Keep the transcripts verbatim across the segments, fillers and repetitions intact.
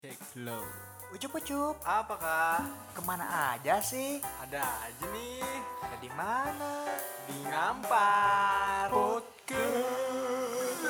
Cek low. Ucup ucup, Apakah kemana aja sih? ada aja nih Ada di mana? di Ngampar Podcast.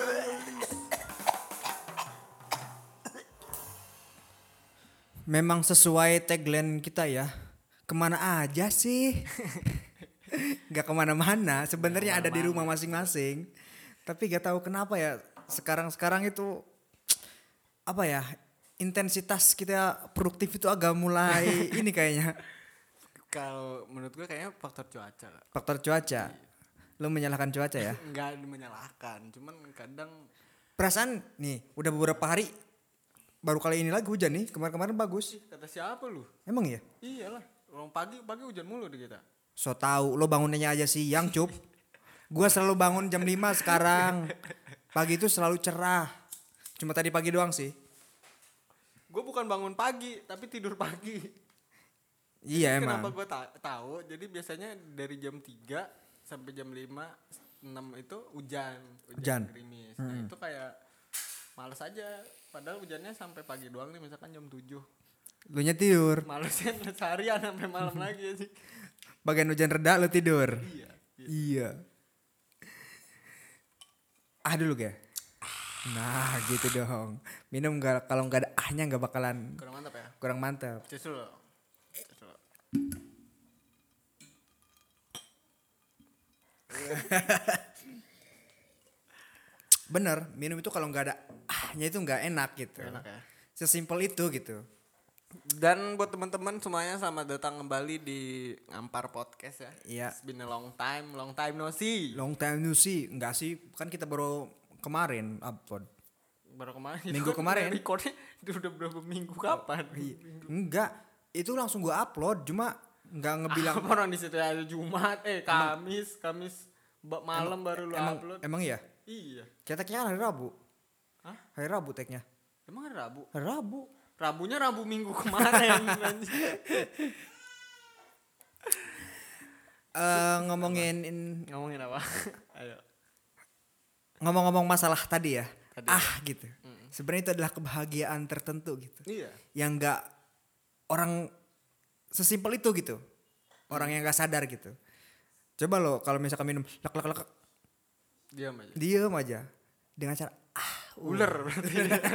Memang sesuai tagline kita ya. Kemana aja sih? Gak kemana-mana. Sebenarnya ada di rumah masing-masing. Tapi gak tahu kenapa ya. Sekarang-sekarang itu apa ya? Intensitas kita produktif itu agak mulai ini kayaknya. Kalau menurut gue kayaknya faktor cuaca. Kak. Faktor cuaca. Lo menyalahkan cuaca ya? Enggak menyalahkan, cuman kadang Perasaan nih udah beberapa hari baru kali ini lagi hujan nih. Kemarin-kemarin bagus. kata siapa lu? Emang ya? Iyalah, orang pagi pagi hujan mulu di kita. So tahu lo bangunnya aja siang cup. Gua selalu bangun jam lima sekarang. Pagi itu selalu cerah. Cuma tadi pagi doang sih. Gue bukan bangun pagi, tapi tidur pagi. Iya Jadi emang. Kenapa gue ta- tahu? Jadi biasanya dari jam tiga sampai jam lima, enam itu hujan, Hujan. gerimis. Nah, itu kayak males aja. Padahal hujannya sampai pagi doang nih, misalkan jam tujuh. Lu nya tidur. Malesnya seharian sampai malam lagi sih. Bagian hujan reda lu tidur. Iya. Iya. Ah dulu ya. Nah gitu dong. Minum gak, kalau nggak ada ahnya nggak bakalan Kurang mantap ya. kurang mantap. Cus dulu. Cus dulu. Bener, minum itu kalau nggak ada ahnya itu nggak enak gitu. Enak ya. Sesimpel itu gitu. Dan buat teman-teman semuanya, selamat datang kembali di Ngampar Podcast ya. Iya. It's been a long time, long time no see. Long time no see. Enggak sih, kan kita baru kemarin upload. Baru kemarin. Minggu kemarin. Recordnya itu udah berapa minggu kapan? Enggak, itu langsung gua upload, cuma nggak ngebilang. Apa orang di situ ada Jumat, eh Kamis, Kamis ba- malam baru lu emang, upload. Emang iya? Iya. Kita tagnya kan hari Rabu. Hah? Hari Rabu tagnya. Emang hari Rabu? Hari Rabu. Rabunya Rabu minggu kemarin. Eh ngomongin in- Ngomongin apa? Ayo. ngomong-ngomong masalah tadi ya. Tadi. Ah gitu. Sebenarnya itu adalah kebahagiaan tertentu gitu. Iya. Yang enggak orang sesimpel itu gitu. Orang yang enggak sadar gitu. Coba lo kalau misalkan minum lek lek lek Diam aja. diem aja dengan cara Ular berarti.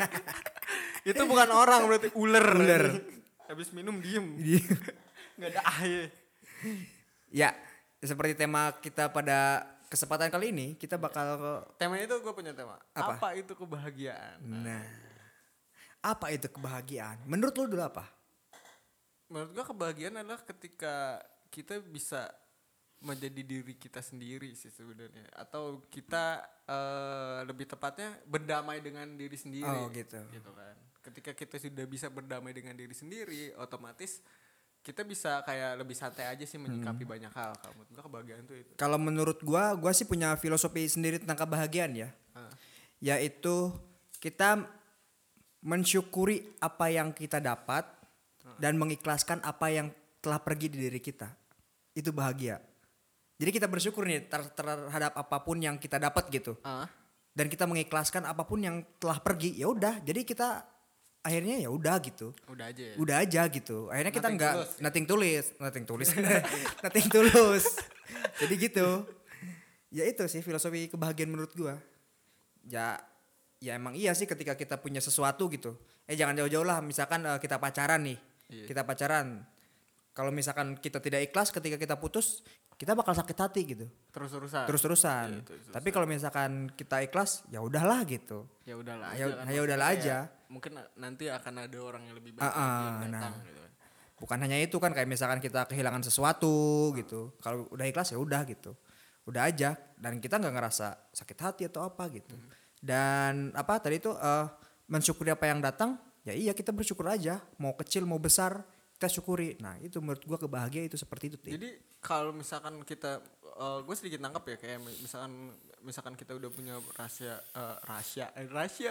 Itu bukan orang, berarti ular. Ular. Habis minum diem. diem. Enggak ada air. Ya, seperti tema kita pada kesempatan kali ini, kita bakal ke- Tema itu gue punya tema. Apa? Apa, itu kebahagiaan? Nah, apa itu kebahagiaan? Menurut lo dulu apa? Menurut gue kebahagiaan adalah ketika kita bisa menjadi diri kita sendiri sih sebenarnya, atau kita eh, lebih tepatnya berdamai dengan diri sendiri. Oh, gitu. Gitu kan. Ketika kita sudah bisa berdamai dengan diri sendiri, otomatis kita bisa kayak lebih santai aja sih menyikapi Hmm. banyak hal. Kalau menurut gue kebahagiaan itu itu. Kalau menurut gua, gua sih punya filosofi sendiri tentang kebahagiaan ya. Ah. Yaitu kita mensyukuri apa yang kita dapat dan mengikhlaskan apa yang telah pergi di diri kita. Itu bahagia. Jadi kita bersyukur nih ter- terhadap apapun yang kita dapat gitu. Ah. Dan kita mengikhlaskan apapun yang telah pergi. Ya udah, jadi kita akhirnya ya udah gitu. Udah aja ya. Udah aja gitu. Akhirnya kita Nothing nggak tulus, ya? nothing tulis, nothing tulis, nothing tulus. Jadi gitu. Ya itu sih filosofi kebahagiaan menurut gua. Ya, ya emang iya sih ketika kita punya sesuatu gitu. Eh jangan jauh-jauh lah. Misalkan uh, kita pacaran nih, Iya. kita pacaran. Kalau misalkan kita tidak ikhlas ketika kita putus, kita bakal sakit hati gitu. Terus-terusan. Terus-terusan. Iya, terus-terusan. Tapi kalau misalkan kita ikhlas, ya udahlah gitu. Ya udahlah Ya- aja kan. ya udahlah Maksudnya aja. kayak Mungkin nanti akan ada orang yang lebih baik Ah, ah, yang datang nah. gitu kan. Bukan hanya itu kan, kayak misalkan kita kehilangan sesuatu gitu. Kalau udah ikhlas ya udah gitu. Udah aja, dan kita nggak ngerasa sakit hati atau apa gitu. Dan apa tadi itu eh, mensyukuri apa yang datang, ya iya kita bersyukur aja. Mau kecil mau besar kita syukuri. Nah itu menurut gua kebahagiaan itu seperti itu. Ti. Jadi kalau misalkan kita, gue sedikit nangkep ya, kayak misalkan misalkan kita udah punya rahasia, eh, rahasia, eh, rahasia.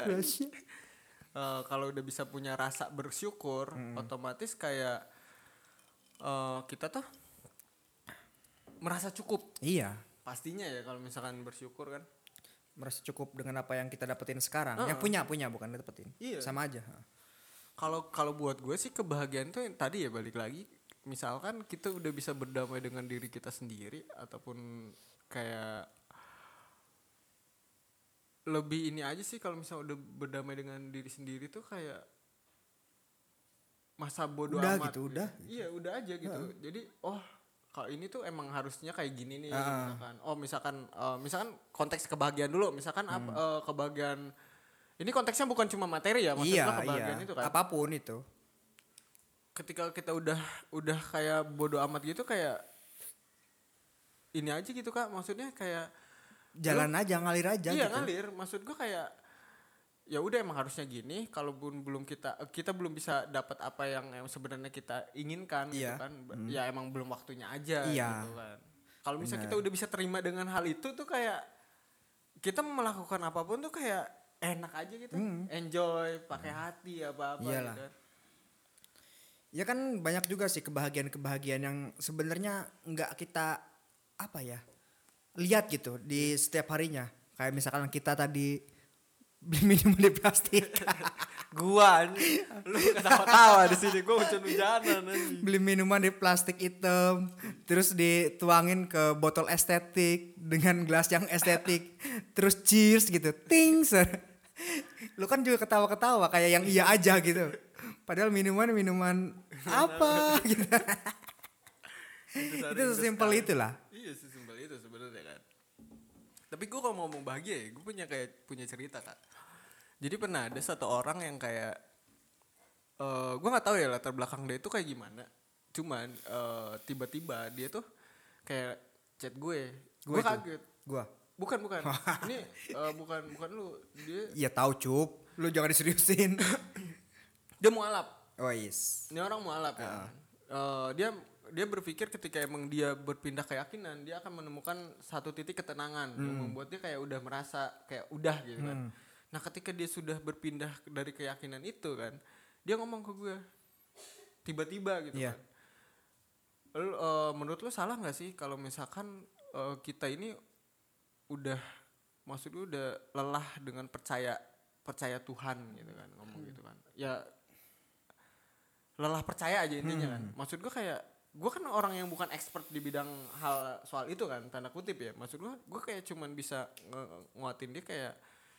Eh, kalau udah bisa punya rasa bersyukur, otomatis kayak eh, kita tuh merasa cukup. Iya, Pastinya ya kalau misalkan bersyukur kan. merasa cukup dengan apa yang kita dapetin sekarang. Uh-uh. Yang punya punya bukan dapetin. Iya. Sama aja. Kalau kalau buat gue sih kebahagiaan tuh yang tadi ya balik lagi, misalkan kita udah bisa berdamai dengan diri kita sendiri ataupun kayak lebih ini aja sih, kalau misalnya udah berdamai dengan diri sendiri tuh kayak masa bodoh Udah amat gitu, udah. Iya udah aja gitu. Jadi oh kalau ini tuh emang harusnya kayak gini nih, Ah. misalkan oh misalkan eh, misalkan konteks kebahagiaan dulu, misalkan apa Hmm. eh, kebahagiaan ini konteksnya bukan cuma materi ya, maksud Iya, gua kebahagiaan iya. itu kan Apapun itu. ketika kita udah udah kayak bodoh amat gitu, kayak ini aja gitu Kak, maksudnya kayak Jalan aja, ngalir aja iya gitu. ngalir, maksud gue kayak ya udah emang harusnya gini, kalaupun belum kita kita belum bisa dapat apa yang, yang sebenarnya kita inginkan gitu Iya. kan, ya emang belum waktunya aja Iya. gitu kan. Kalau misalnya Benar. kita udah bisa terima dengan hal itu tuh kayak kita melakukan apapun tuh kayak enak aja gitu, enjoy, pakai hati apa-apa Iyalah. gitu kan. Ya kan banyak juga sih kebahagiaan-kebahagiaan yang sebenarnya nggak kita apa ya lihat gitu di setiap harinya. Kayak misalkan kita tadi beli minum di plastik, Gua anjing, lu ketawa-tawa di sini, gua hujan-hujanan anjing. beli minuman di plastik hitam, terus dituangin ke botol estetik dengan gelas yang estetik, terus cheers gitu, ting ser. Lu kan juga ketawa-ketawa kayak yang iya aja gitu. Padahal minuman minuman apa gitu. Itu sesimpel itulah. Iya sesimpel itu sebenarnya kan. Tapi gue kalau ngomong bahagia ya, gue punya kayak punya cerita Kak. Jadi pernah ada satu orang yang kayak, uh, gue nggak tahu ya latar belakang dia itu kayak gimana. Cuman uh, tiba-tiba dia tuh kayak chat gue, gue Gue itu? kaget. Gua. Bukan bukan, ini uh, bukan bukan lu, dia Iya tahu cup, lu jangan diseriusin. dia mualaf. Oh yes. Ini orang mualaf ya. Eh, dia dia berpikir ketika emang dia berpindah keyakinan, dia akan menemukan satu titik ketenangan yang membuat dia kayak udah merasa kayak udah gitu kan. Nah ketika dia sudah berpindah dari keyakinan itu kan, dia ngomong ke gue tiba-tiba gitu Iya. kan. Lu, eh, menurut lu salah nggak sih kalau misalkan eh, kita ini udah, maksud gue udah lelah dengan percaya percaya Tuhan gitu kan, ngomong gitu kan. Ya lelah percaya aja intinya kan. Maksud gue kayak gue kan orang yang bukan expert di bidang hal soal itu kan, tanda kutip ya. Maksud gue gue kayak cuman bisa nge- nguatin dia kayak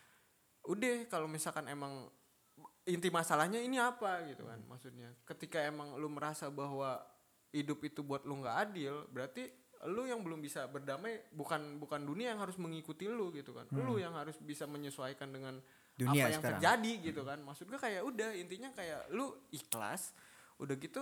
udah kalau misalkan emang inti masalahnya ini apa gitu kan. Maksudnya ketika emang lu merasa bahwa hidup itu buat lu nggak adil, berarti lu yang belum bisa berdamai, bukan bukan dunia yang harus mengikuti lu gitu kan. Lu yang harus bisa menyesuaikan dengan Dunia apa yang sekarang. terjadi gitu kan. Maksud gue kayak udah intinya kayak lu ikhlas, udah gitu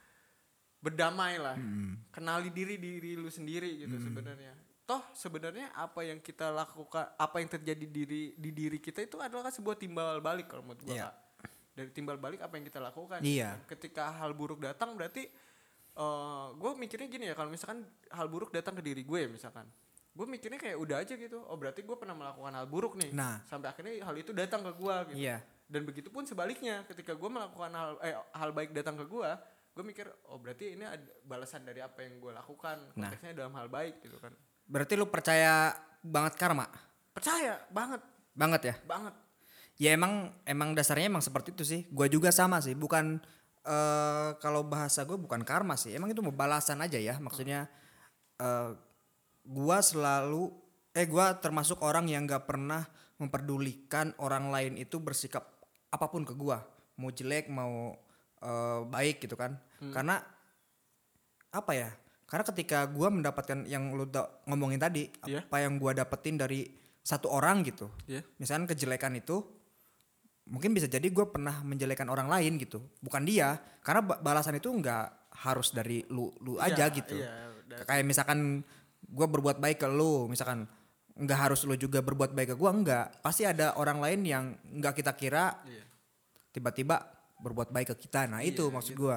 berdamai lah, kenali diri diri lu sendiri gitu sebenarnya. Toh sebenarnya apa yang kita lakukan, apa yang terjadi diri di diri kita itu adalah sebuah timbal balik kalau menurut gue Iya. Kak. Dari timbal balik apa yang kita lakukan. Iya. Ketika hal buruk datang berarti uh, gue mikirnya gini ya, kalau misalkan hal buruk datang ke diri gue misalkan, gue mikirnya kayak udah aja gitu. Oh berarti gue pernah melakukan hal buruk nih. Nah. Sampai akhirnya hal itu datang ke gue gitu. Iya. Dan begitu pun sebaliknya, ketika gue melakukan hal eh, hal baik datang ke gue, gue mikir oh berarti ini ada balasan dari apa yang gue lakukan, Nah. konteksnya dalam hal baik gitu kan. Berarti lu percaya banget karma? Percaya banget, Banget ya? banget. Ya emang emang dasarnya emang seperti itu sih. Gua juga sama sih. Bukan eh kalau bahasa gue bukan karma sih. Emang itu mau balasan aja ya. Maksudnya eh gua selalu eh gua termasuk orang yang gak pernah memperdulikan orang lain itu bersikap apapun ke gua. Mau jelek mau eh, baik gitu kan. Karena apa ya? Karena ketika gua mendapatkan yang lu da- ngomongin tadi, Iya. apa yang gua dapetin dari satu orang gitu. Iya. Misalkan kejelekan itu mungkin bisa jadi gue pernah menjelekan orang lain gitu, bukan dia, karena ba- balasan itu nggak harus dari lu lu aja Iya, gitu. iya, dari- Kayak misalkan gue berbuat baik ke lu, misalkan nggak harus lu juga berbuat baik ke gue, nggak, pasti ada orang lain yang nggak kita kira Iya. tiba-tiba berbuat baik ke kita. Nah itu Iya, maksud gitu. gue.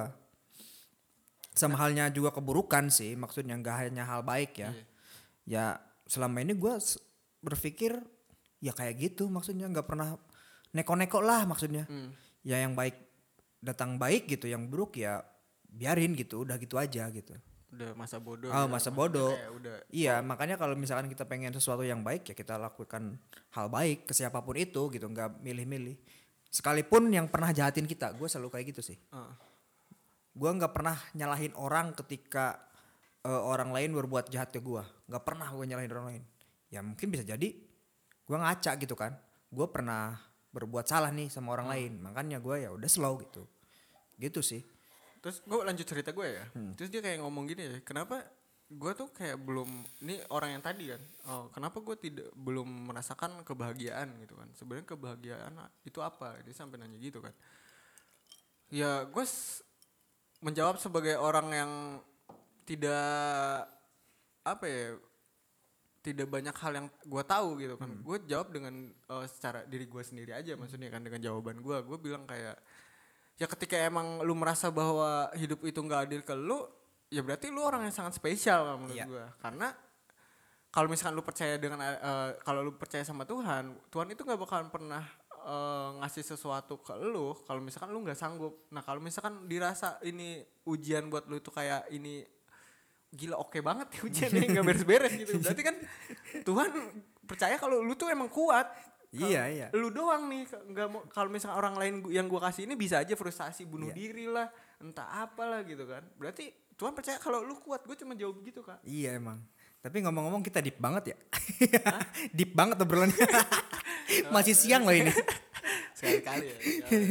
Sama halnya juga keburukan sih, maksudnya nggak hanya hal baik ya. Iya. Ya selama ini gue berpikir ya kayak gitu, maksudnya nggak pernah neko-neko lah maksudnya. Hmm. Ya yang baik datang baik gitu, yang buruk ya biarin gitu, udah gitu aja gitu. Udah masa bodoh. Oh, ya, masa maksudnya bodoh. kayak udah. Iya, makanya kalau misalkan kita pengen sesuatu yang baik ya kita lakukan hal baik ke siapapun itu gitu, nggak milih-milih. Sekalipun yang pernah jahatin kita, gue selalu kayak gitu sih. Uh. Gue nggak pernah nyalahin orang ketika uh, orang lain berbuat jahat ke gue. Nggak pernah gue nyalahin orang lain. Ya mungkin bisa jadi gue ngaca gitu kan. Gue pernah berbuat salah nih sama orang hmm. lain, makanya gue ya udah slow gitu. Gitu sih. Terus gue lanjut cerita gue ya. Hmm. Terus dia kayak ngomong gini ya, kenapa gue tuh kayak belum, ini orang yang tadi kan, oh, kenapa gue tidak belum merasakan kebahagiaan gitu kan. Sebenarnya kebahagiaan itu apa? Dia sampai nanya gitu kan. Ya gue s- menjawab sebagai orang yang tidak apa ya, tidak banyak hal yang gue tahu gitu kan. Hmm. Gue jawab dengan uh, secara diri gue sendiri aja, maksudnya kan dengan jawaban gue. Gue bilang kayak, ya ketika emang lu merasa bahwa hidup itu nggak adil ke lu, ya berarti lu orang yang sangat spesial menurut yeah. gue. Karena kalau misalkan lu percaya dengan uh, kalau lu percaya sama Tuhan, Tuhan itu nggak bakalan pernah uh, ngasih sesuatu ke lu kalau misalkan lu nggak sanggup. Nah kalau misalkan dirasa ini ujian buat lu itu kayak ini gila oke okay banget ya ujiannya nggak beres-beres gitu, berarti kan Tuhan percaya kalau lu tuh emang kuat. Kalo iya iya. Lu doang nih nggak mau, kalau misalkan orang lain yang gua kasih ini bisa aja frustasi bunuh iya. diri lah, entah apalah gitu kan. Berarti Tuhan percaya kalau lu kuat. Gue cuma jawab gitu Kak. Iya emang. Tapi ngomong-ngomong kita deep banget ya. Deep banget obrolannya. Masih siang loh ini. Sekali-kali ya.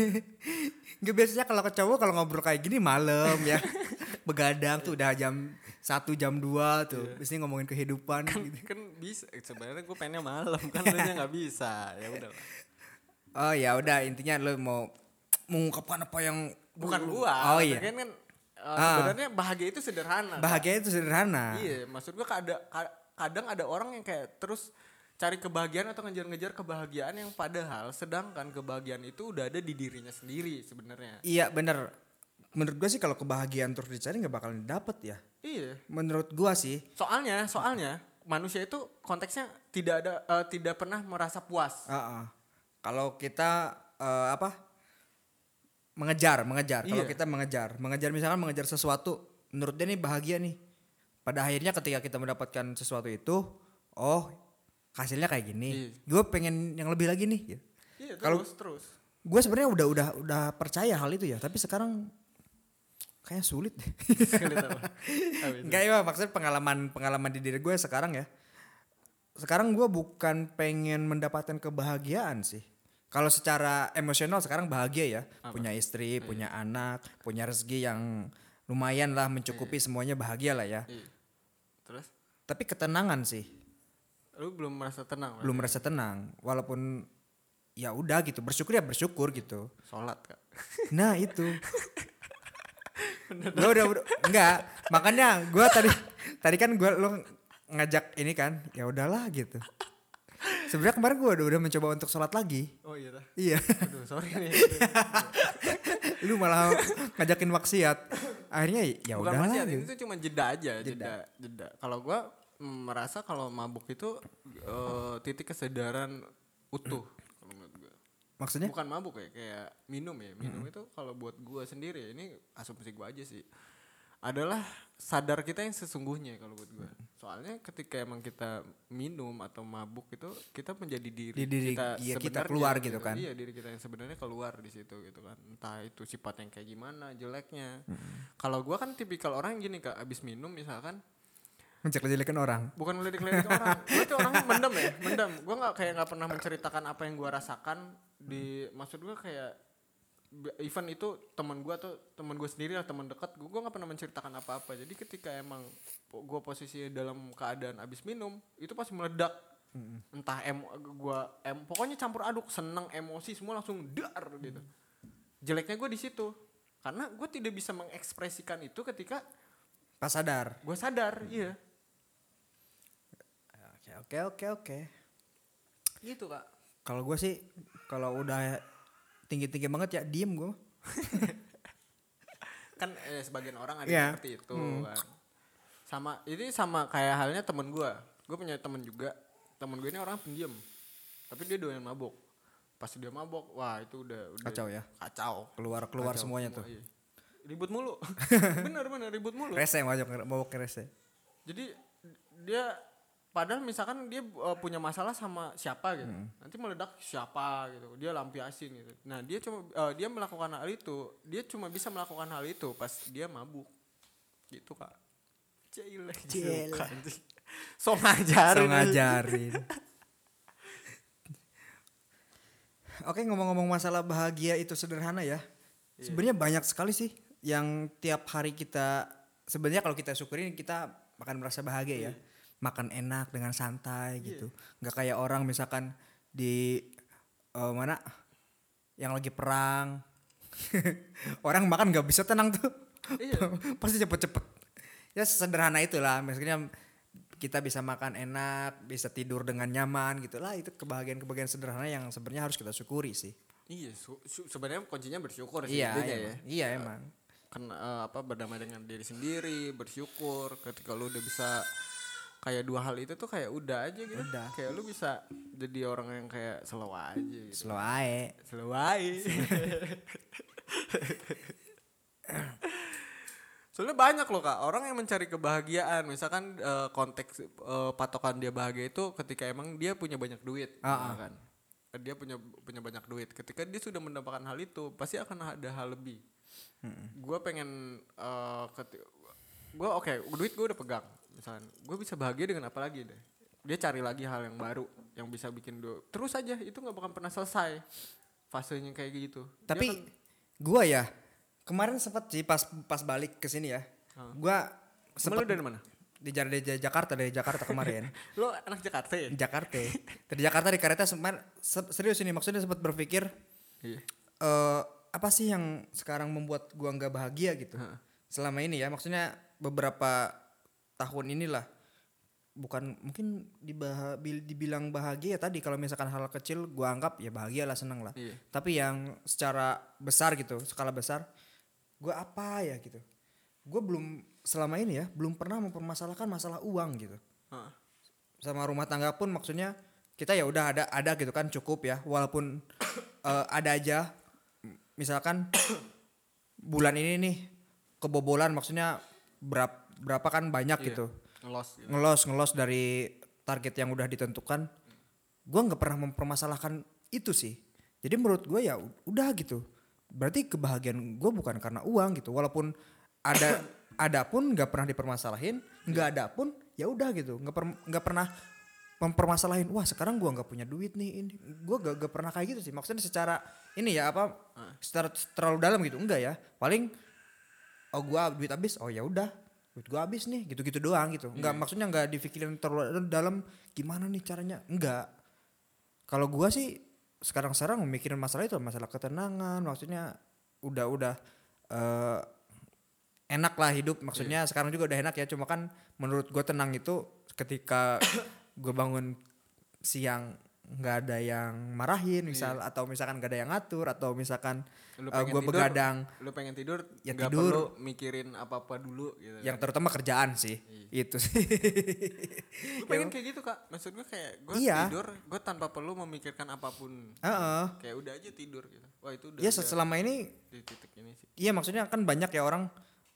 Gak biasanya kalau ke cowok kalau ngobrol kayak gini malam ya. Begadang tuh udah jam satu jam dua tuh. Yeah. Biasanya ngomongin kehidupan kan, gitu. Kan bisa sebenarnya gue pengennya malam kan terusnya enggak bisa. Ya udah. Oh ya udah intinya lo mau mengungkapkan apa yang bukan gua. Oh iya. Kan uh, ah. sebenarnya bahagia itu sederhana. Bahagia kan? itu sederhana. Iya, maksud gua kadang kadang ada orang yang kayak terus cari kebahagiaan atau ngejar-ngejar kebahagiaan yang padahal sedangkan kebahagiaan itu udah ada di dirinya sendiri sebenarnya. Iya benar. Menurut gue sih kalau kebahagiaan terus dicari nggak bakalan dapet ya. Iya. Menurut gue sih. Soalnya, soalnya manusia itu konteksnya tidak ada, uh, tidak pernah merasa puas. Uh-uh. Kalau kita uh, apa? Mengejar, mengejar. Kalau Iya. kita mengejar, mengejar misalkan mengejar sesuatu, menurut dia nih bahagia nih. Pada akhirnya ketika kita mendapatkan sesuatu itu, oh hasilnya kayak gini. Iya. Gue pengen yang lebih lagi nih. Gitu. Iya, terus, Kalau terus. Gue sebenarnya udah udah udah percaya hal itu ya, tapi sekarang kayaknya sulit deh. Sulit apa? Enggak ya, maksudnya pengalaman pengalaman di diri gue sekarang ya. Sekarang gue bukan pengen mendapatkan kebahagiaan sih. Kalau secara emosional sekarang bahagia ya, apa? Punya istri, iya. punya anak, punya rezeki yang lumayan lah mencukupi iya. semuanya bahagia lah ya. Iya. Terus? Tapi ketenangan sih. Lu belum merasa tenang? Belum berarti? merasa tenang, walaupun ya udah gitu, bersyukur ya bersyukur gitu. Sholat Kak. Nah itu. Lo udah, udah enggak, makanya gue tadi tadi kan gue lo ngajak ini kan, ya udahlah gitu. Sebenarnya kemarin gue udah, udah mencoba untuk sholat lagi. Oh iya dah. Iya. Aduh sorry nih. Lu malah ngajakin maksiat. Akhirnya ya bukan udahlah. Maksiat, gitu. itu cuma jeda aja, jeda, jeda. jeda. Kalau gue mm, merasa kalau mabuk itu uh, titik kesadaran utuh. Maksudnya? Bukan mabuk ya, kayak minum ya. Minum hmm. itu kalau buat gue sendiri, ini asumsi gue aja sih, adalah sadar kita yang sesungguhnya kalau buat gue. Soalnya ketika emang kita minum atau mabuk itu, kita menjadi diri, di diri kita iya, sebenarnya kita keluar gitu, gitu kan. Iya, diri kita yang sebenarnya keluar di situ gitu kan. Entah itu sifat yang kayak gimana, jeleknya. Hmm. Kalau gue kan tipikal orang yang gini Kak, abis minum misalkan menjelek-jelekan orang. Bukan ngelidik-ngelidik orang. Gue tuh orangnya mendem ya, mendem. Gue nggak kayak nggak pernah menceritakan apa yang gue rasakan di, maksud gue kayak event itu teman gue atau teman gue sendiri lah, teman dekat gue, gue nggak pernah menceritakan apa-apa. Jadi ketika emang gue posisi dalam keadaan abis minum, itu pasti meledak. Mm-hmm. Entah em, gue em, pokoknya campur aduk, seneng, emosi semua langsung dar gitu. Jeleknya gue di situ, karena gue tidak bisa mengekspresikan itu ketika pas sadar. Gue sadar, iya. Oke oke oke. Gitu Kak. Kalau gue sih kalau udah tinggi-tinggi banget ya diem gue. Kan eh, sebagian orang ada yeah. seperti itu hmm. kan. Sama ini sama kayak halnya temen gue. Gue punya temen juga. Temen gue ini orang pendiam, tapi dia doyan mabok. Pas dia mabok, wah itu udah, udah kacau ya. Kacau. Keluar keluar kacau semuanya semua, tuh. Iya. Ribut mulu. Bener bener ribut mulu. Rese mabok mabok rese. Jadi dia padahal misalkan dia uh, punya masalah sama siapa gitu, nanti meledak siapa gitu, dia lampiasin gitu. Nah dia cuma uh, dia melakukan hal itu, dia cuma bisa melakukan hal itu pas dia mabuk, gitu kak. Cile, Cile. So ngajarin. So ngajarin. Oke, ngomong-ngomong masalah bahagia itu sederhana ya. Iya. Sebenarnya banyak sekali sih yang tiap hari kita sebenarnya kalau kita syukurin kita akan merasa bahagia ya. Makan enak dengan santai gitu. Nggak kayak orang misalkan di uh, mana yang lagi perang. Orang makan nggak bisa tenang tuh. Iya. Pasti cepet-cepet. Ya sederhana itulah. Maksudnya kita bisa makan enak, bisa tidur dengan nyaman gitulah. Itu kebahagiaan-kebahagiaan sederhana yang sebenarnya harus kita syukuri sih. Iya, su- su- sebenarnya kuncinya bersyukur sih Iya, intinya iya, ya. iya emang. Kan uh, apa berdamai dengan diri sendiri, bersyukur ketika lu udah bisa kayak dua hal itu tuh kayak udah aja gitu. Udah. Kayak lu bisa jadi orang yang kayak slow aja gitu. Slow ae. Slow aja. Soalnya banyak loh kak orang yang mencari kebahagiaan, misalkan uh, konteks uh, patokan dia bahagia itu ketika emang dia punya banyak duit, Ah, ah. kan? Dia punya punya banyak duit. Ketika dia sudah mendapatkan hal itu, pasti akan ada hal lebih. Gue pengen, uh, gue oke, okay, duit gue udah pegang, misalkan, gue bisa bahagia dengan apa lagi deh? Dia cari lagi hal yang baru, yang bisa bikin dia terus aja, itu nggak bakal pernah selesai fasenya kayak gitu. Dia Tapi kan- gua ya kemarin sempat sih pas pas balik ke sini ya. Huh. Gua Emang sempat lu dari mana? di Jar- di Jakarta dari Jakarta kemarin. Lo anak Jakarta ya? Jakarta. Dari Jakarta di kereta sempat se- serius ini maksudnya sempat berpikir Iya. eh apa sih yang sekarang membuat gua nggak bahagia gitu. Heeh. Selama ini ya maksudnya beberapa tahun inilah bukan mungkin dibah- bil- dibilang bahagia ya tadi kalau misalkan hal kecil gua anggap ya bahagia lah seneng lah. Iya. Tapi yang secara besar gitu skala besar gua apa ya gitu. Gue belum selama ini ya belum pernah mempermasalahkan masalah uang gitu. Heeh. Sama rumah tangga pun maksudnya kita ya udah ada ada gitu kan cukup ya walaupun eh, ada aja m- misalkan bulan ini nih kebobolan maksudnya berapa berapa kan banyak Iya. gitu Ngelos gitu. ngelos ngelos dari target yang udah ditentukan. Gue nggak pernah mempermasalahkan itu sih. Jadi menurut gue ya u- udah gitu. Berarti kebahagiaan gue bukan karena uang gitu. Walaupun ada ada pun nggak pernah dipermasalahin, nggak ada pun ya udah gitu. Nggak per- nggak pernah mempermasalahin. Wah sekarang gue nggak punya duit nih. Ini gue gak, gak pernah kayak gitu sih. Maksudnya secara ini ya apa? Secara terlalu dalam gitu enggak ya. Paling oh gue duit habis. Oh ya udah. Duit gue habis nih gitu-gitu doang gitu. Enggak maksudnya enggak dipikirin terlalu dalam gimana nih caranya. Enggak. Kalau gue sih sekarang-sekarang memikirin masalah itu masalah ketenangan. Maksudnya udah-udah eh enak lah hidup. Maksudnya sekarang juga udah enak ya. Cuma kan menurut gue tenang itu ketika gue bangun siang nggak ada yang marahin misal atau misalkan gak ada yang ngatur atau misalkan Lu uh, pengen gue tidur, begadang lu pengen tidur Ya nggak tidur. perlu mikirin apa-apa dulu gitu. yang terutama kerjaan sih itu sih. Gue pengen kayak gitu kak, maksud gue kayak gue Iya. tidur gue tanpa perlu memikirkan apapun. Heeh. Kayak udah aja tidur gitu. Wah itu udah, Ya udah selama ini di titik ini sih. iya maksudnya kan banyak ya orang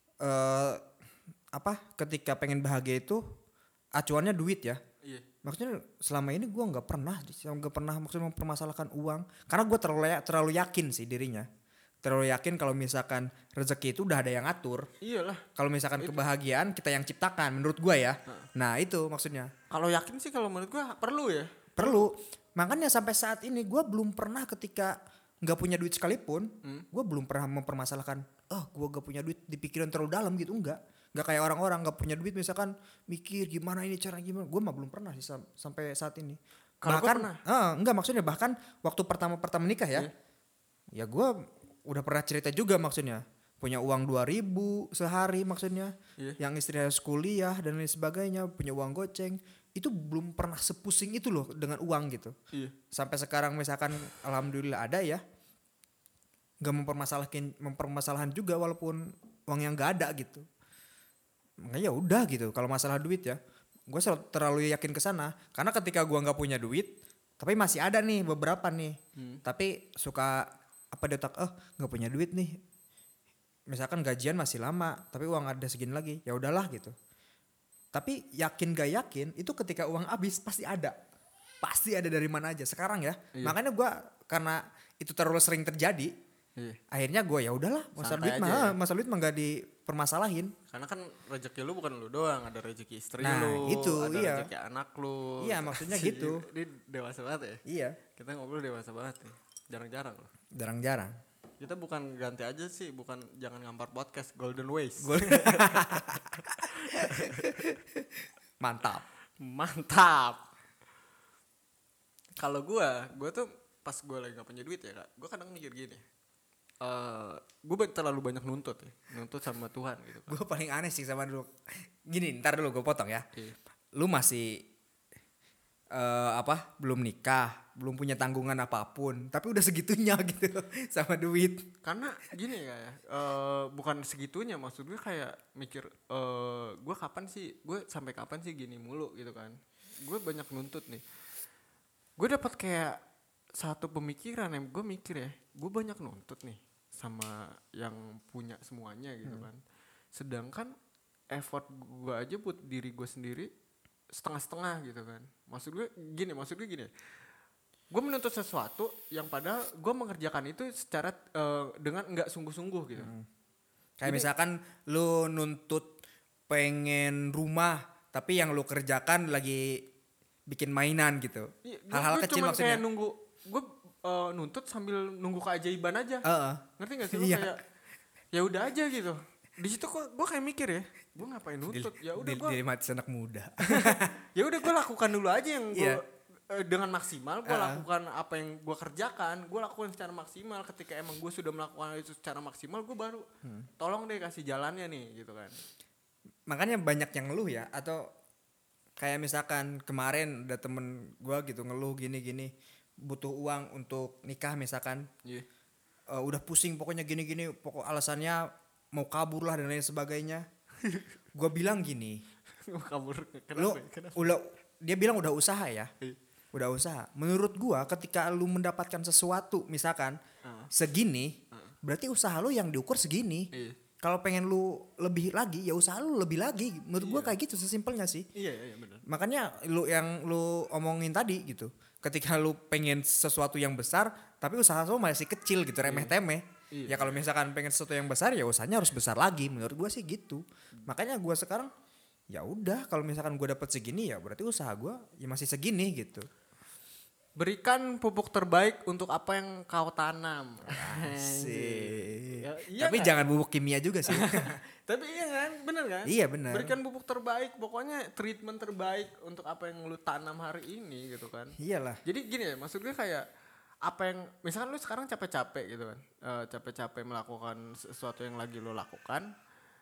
eh apa ketika pengen bahagia itu acuannya duit ya. Iya. Maksudnya selama ini gue nggak pernah nggak pernah maksudnya mempermasalahkan uang karena gue terlalu terlalu yakin sih dirinya terlalu yakin kalau misalkan rezeki itu udah ada yang ngatur. Iyalah. Kalau misalkan kebahagiaan kita yang ciptakan menurut gue ya. Nah itu maksudnya Kalau yakin sih kalau menurut gue perlu ya. perlu. Makanya sampai saat ini gue belum pernah ketika nggak punya duit sekalipun, Hmm. gue belum pernah mempermasalahkan, oh gue gak punya duit dipikirin terlalu dalam gitu enggak. Nggak kayak orang-orang nggak punya duit misalkan mikir gimana ini cara gimana. Gue mah belum pernah sih sam- sampai saat ini. Kalau gua Bahkan pernah. eh, enggak maksudnya bahkan waktu pertama-pertama nikah ya. Ya gue udah pernah cerita juga maksudnya. Punya uang dua ribu sehari maksudnya. Iya. Yang istri harus kuliah dan lain sebagainya. Punya uang goceng. Itu belum pernah sepusing itu loh dengan uang gitu. Iya. Sampai sekarang misalkan alhamdulillah ada ya. Gak mempermasalahin, mempermasalahan juga walaupun uang yang gak ada gitu. Makanya ya udah gitu. Kalau masalah duit ya. Gue terlalu yakin ke sana. Karena ketika gue gak punya duit. Tapi masih ada nih beberapa nih. Hmm. Tapi suka apa di otak, oh nggak punya duit nih, misalkan gajian masih lama tapi uang ada segini lagi, ya udahlah gitu. Tapi yakin gak yakin itu ketika uang habis pasti ada. Pasti ada dari mana aja sekarang ya. Iya. Makanya gue karena itu terlalu sering terjadi, Iya. akhirnya gue ya udahlah masalah Santai duit aja mah, ya. masalah duit mah gak dipermasalahin. Karena kan rezeki lu bukan lu doang, ada rezeki istri Nah, lu, itu, ada iya. rezeki anak lu. Iya, maksudnya Si- gitu. Ini dewasa banget ya. Iya, Kita ngobrol dewasa banget nih. Jarang-jarang loh. jarang-jarang. Kita bukan ganti aja sih, bukan jangan ngampar podcast Golden Ways. Mantap. Mantap. Kalau gua, gua tuh pas gua lagi gak punya duit ya kak, gua kadang mikir gini. Eh, gua ba- terlalu banyak nuntut ya, nuntut sama Tuhan gitu. Kan. Gue paling aneh sih sama dulu. Gini, ntar dulu gue potong ya. Iya. Lu masih eh apa? Belum nikah, belum punya tanggungan apapun, tapi udah segitunya gitu sama duit. Karena gini ya, eh, bukan segitunya, maksud gue kayak mikir, eh, gue kapan sih, gue sampai kapan sih gini mulu gitu kan. Gue banyak nuntut nih. Gue dapat kayak satu pemikiran yang gue mikir ya, gue banyak nuntut nih sama yang punya semuanya gitu kan. Sedangkan effort gue aja buat diri gue sendiri setengah-setengah gitu kan. Maksud gue gini, maksud gue gini. Gue menuntut sesuatu yang padahal gue mengerjakan itu secara eh, dengan nggak sungguh-sungguh gitu. Kayak misalkan lu nuntut pengen rumah, tapi yang lu kerjakan lagi bikin mainan gitu. Iya, gua- Hal-hal gua kecil cuman maksudnya. kayak nunggu, gue eh, nuntut sambil nunggu keajaiban aja. Heeh. Ngerti gak sih lu Iya. kayak ya udah aja gitu. Di situ kok gue kayak mikir ya, gue ngapain nuntut? Ya udah Dil- gue Dilematis anak muda. ya udah gue lakukan dulu aja yang gue Iya. eh, dengan maksimal gue Uh-uh. lakukan apa yang gue kerjakan, gue lakukan secara maksimal. Ketika emang gue sudah melakukan itu secara maksimal, gue baru tolong deh kasih jalannya nih gitu kan. Makanya banyak yang ngeluh ya, atau kayak misalkan kemarin ada temen gue gitu ngeluh gini-gini, butuh uang untuk nikah misalkan. Iya. Eh, udah pusing pokoknya gini-gini, pokok alasannya mau kabur lah dan lain sebagainya. Gue bilang gini, Gue kabur lu kenapa? ya? Kenapa? udah, dia bilang udah usaha ya, Iya. udah usaha. Menurut gua ketika lu mendapatkan sesuatu misalkan Uh. segini, berarti usaha lu yang diukur segini. Iya. Kalau pengen lu lebih lagi, ya usaha lu lebih lagi. Menurut gua Iya. kayak gitu sesimpelnya sih. Iya iya benar. Makanya lu yang lu omongin tadi gitu. Ketika lu pengen sesuatu yang besar, tapi usaha lu masih kecil gitu, remeh-temeh. Iya. Ya kalau misalkan pengen sesuatu yang besar, ya usahanya harus besar lagi. Menurut gua sih gitu. Makanya gua sekarang ya udah, kalau misalkan gua dapet segini ya berarti usaha gua ya masih segini gitu. Berikan pupuk terbaik untuk apa yang kau tanam. Asik. Ya, iya Tapi kan? jangan bubuk kimia juga sih. Tapi iya kan, bener kan? Iya, bener. Berikan pupuk terbaik, pokoknya treatment terbaik untuk apa yang lu tanam hari ini gitu kan. Iyalah. Jadi gini ya, maksud gue kayak apa yang, misalkan lu sekarang capek-capek gitu kan, eh, capek-capek melakukan sesuatu yang lagi lu lakukan,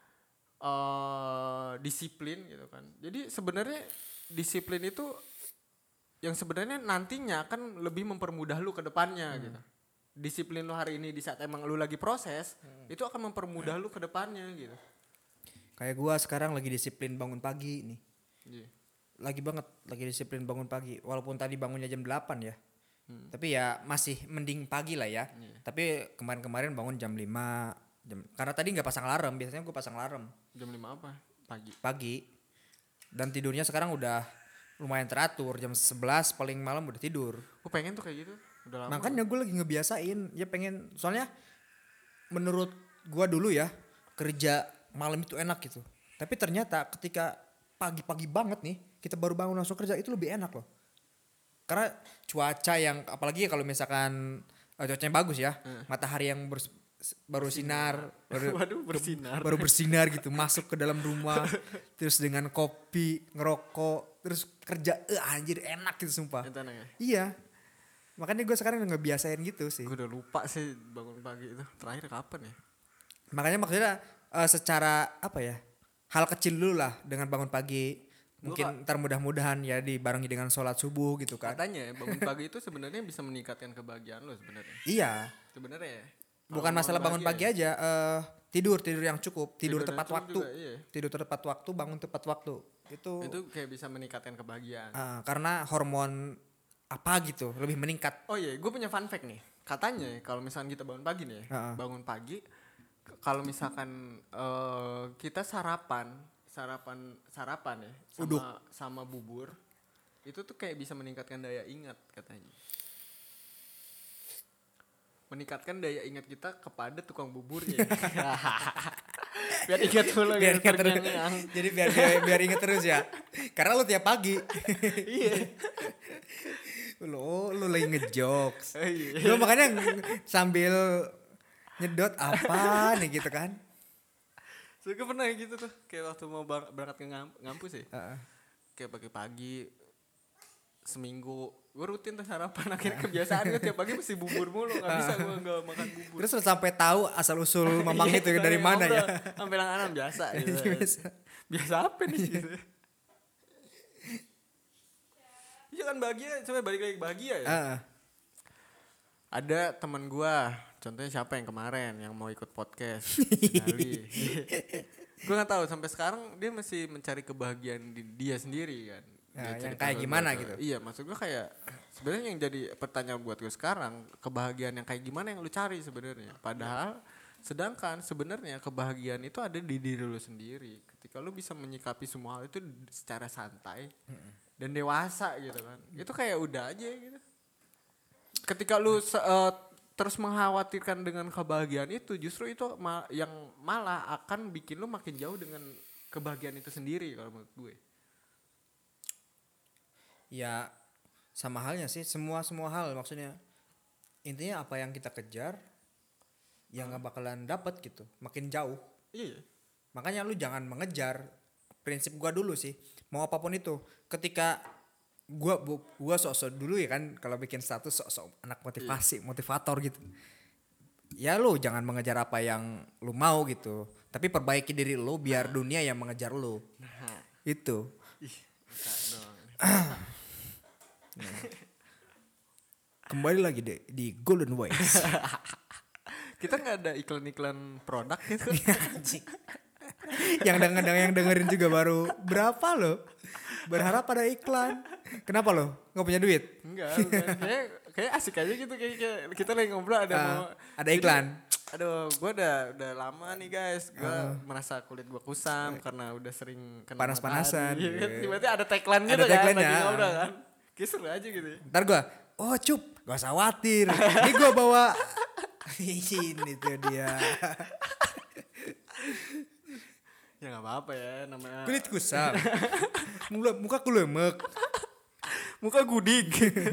eh disiplin gitu kan. Jadi sebenarnya disiplin itu yang sebenarnya nantinya akan lebih mempermudah lu ke depannya gitu. Disiplin lu hari ini di saat emang lu lagi proses, itu akan mempermudah lu ke depannya gitu. Kayak gua sekarang lagi disiplin bangun pagi nih. Iya. Lagi banget, lagi disiplin bangun pagi. Walaupun tadi bangunnya jam delapan ya. Tapi ya masih mending pagi lah ya. Iya. Tapi kemarin-kemarin bangun jam lima. Jam, karena tadi nggak pasang alarm, biasanya gue pasang alarm Jam lima apa? Pagi. pagi. Dan tidurnya sekarang udah lumayan teratur, jam sebelas paling malam udah tidur. Gue pengen tuh kayak gitu. Udah lama. Makanya gue lagi ngebiasain, ya pengen, soalnya menurut gue dulu ya kerja malam itu enak gitu. Tapi ternyata ketika pagi-pagi banget nih kita baru bangun langsung kerja itu lebih enak loh. Karena cuaca yang, apalagi kalau misalkan uh, cuacanya bagus ya, matahari yang bers- baru sinar, baru, Waduh, bersinar. baru bersinar gitu, masuk ke dalam rumah, terus dengan kopi, ngerokok, terus kerja, eh anjir enak gitu sumpah. Itu enak ya? Iya, makanya gue sekarang udah ngebiasain gitu sih. Gue udah lupa sih bangun pagi itu. Terakhir kapan ya? Makanya maksudnya uh, secara apa ya, hal kecil dulu lah dengan bangun pagi. Mungkin ntar mudah-mudahan ya dibarengi dengan sholat subuh gitu kan. Katanya bangun pagi itu sebenarnya bisa meningkatkan kebahagiaan lo sebenarnya. Iya, Sebenarnya ya. bukan masalah bangun pagi aja, eh, tidur tidur yang cukup, tidur, Tidur yang tepat cukup waktu, juga, iya. tidur tepat waktu, bangun tepat waktu. Itu, Itu kayak bisa meningkatkan kebahagiaan. uh, karena hormon apa gitu lebih meningkat. Oh iya, gue punya fun fact nih. Katanya kalau misalkan kita bangun pagi nih, ya, Ha-ha. bangun pagi, k- kalau misalkan eh, kita sarapan sarapan sarapan ya sama Uduk. sama bubur itu tuh kayak bisa meningkatkan daya ingat katanya. Meningkatkan daya ingat kita kepada tukang buburnya. Biar ingat dulu biar biar ingat terus. terngiang-ngiang. Jadi biar biar, biar ingat terus ya. Karena lu tiap pagi. Iya. lu lu lagi ngejokes. Oh, iya. Lu makanya sambil nyedot apa nih gitu kan. So, gue pernah gitu tuh kayak waktu mau bang- berangkat ke ngam- ngampus ya. Heeh. Kayak pagi-pagi seminggu gue rutin tuh sarapan, akhirnya kebiasaan gue tiap pagi mesti bubur mulu, nggak bisa gue nggak makan bubur. Terus lu sampai tahu asal usul mamang itu dari mana ya? Sampai lang-lang biasa gitu. Biasa. Biasa apa nih gitu. Iya kan bahagia, sampai balik lagi bahagia ya. Heeh. Ada teman gue, contohnya siapa yang kemarin yang mau ikut podcast, Gali. Gue nggak tahu sampai sekarang dia masih mencari kebahagiaan di dia sendiri kan. Dia Nah, yang cerita kayak ke gimana gua, gitu? Iya, maksud gue kayak sebenarnya yang jadi pertanyaan buat gue sekarang, kebahagiaan yang kayak gimana yang lu cari sebenarnya? Padahal sedangkan sebenarnya kebahagiaan itu ada di diri lu sendiri. Ketika lu bisa menyikapi semua hal itu secara santai dan dewasa gitu kan. Itu kayak udah aja gitu. Ketika lu se- uh, terus mengkhawatirkan dengan kebahagiaan itu, justru itu ma- yang malah akan bikin lu makin jauh dengan kebahagiaan itu sendiri kalau menurut gue. Ya sama halnya sih, semua semua hal maksudnya. Intinya apa yang kita kejar yang nggak bakalan dapet gitu, makin jauh. Iya. Makanya lu jangan mengejar. Prinsip gua dulu sih, mau apapun itu. Ketika gua bu- gua sok-sok dulu ya kan, kalau bikin status sok-sok anak motivasi, motivator gitu. Ya lu jangan mengejar apa yang lu mau gitu, tapi perbaiki diri lu biar dunia yang mengejar lu. Nah, Itu. ih, buka dong. Kembali lagi deh di Golden Ways. Kita nggak ada iklan-iklan produk gitu. yang denger yang dengerin juga baru berapa lo? Berharap ada iklan. Kenapa lo? Nggak punya duit? Enggak, bukan. kayak kayak asik aja gitu kayak, kayak kita lagi ngobrol ada Ah, mau ada iklan. Jadi, aduh, gue udah udah lama nih guys, gue merasa kulit gue kusam karena udah sering kena Panas-panasan. matahari. Iya kan? Iya. Tiba-tiba ada tagline Ada gitu kan, tagline-nya. lagi ngobrol kan. Kayak seru aja gitu. Ntar gue, oh cup, gak usah khawatir. Ini gue bawa. Ini tuh dia. Ya nggak apa-apa ya namanya. Kulit kusam. Muka, muka kulemek. Muka gudik.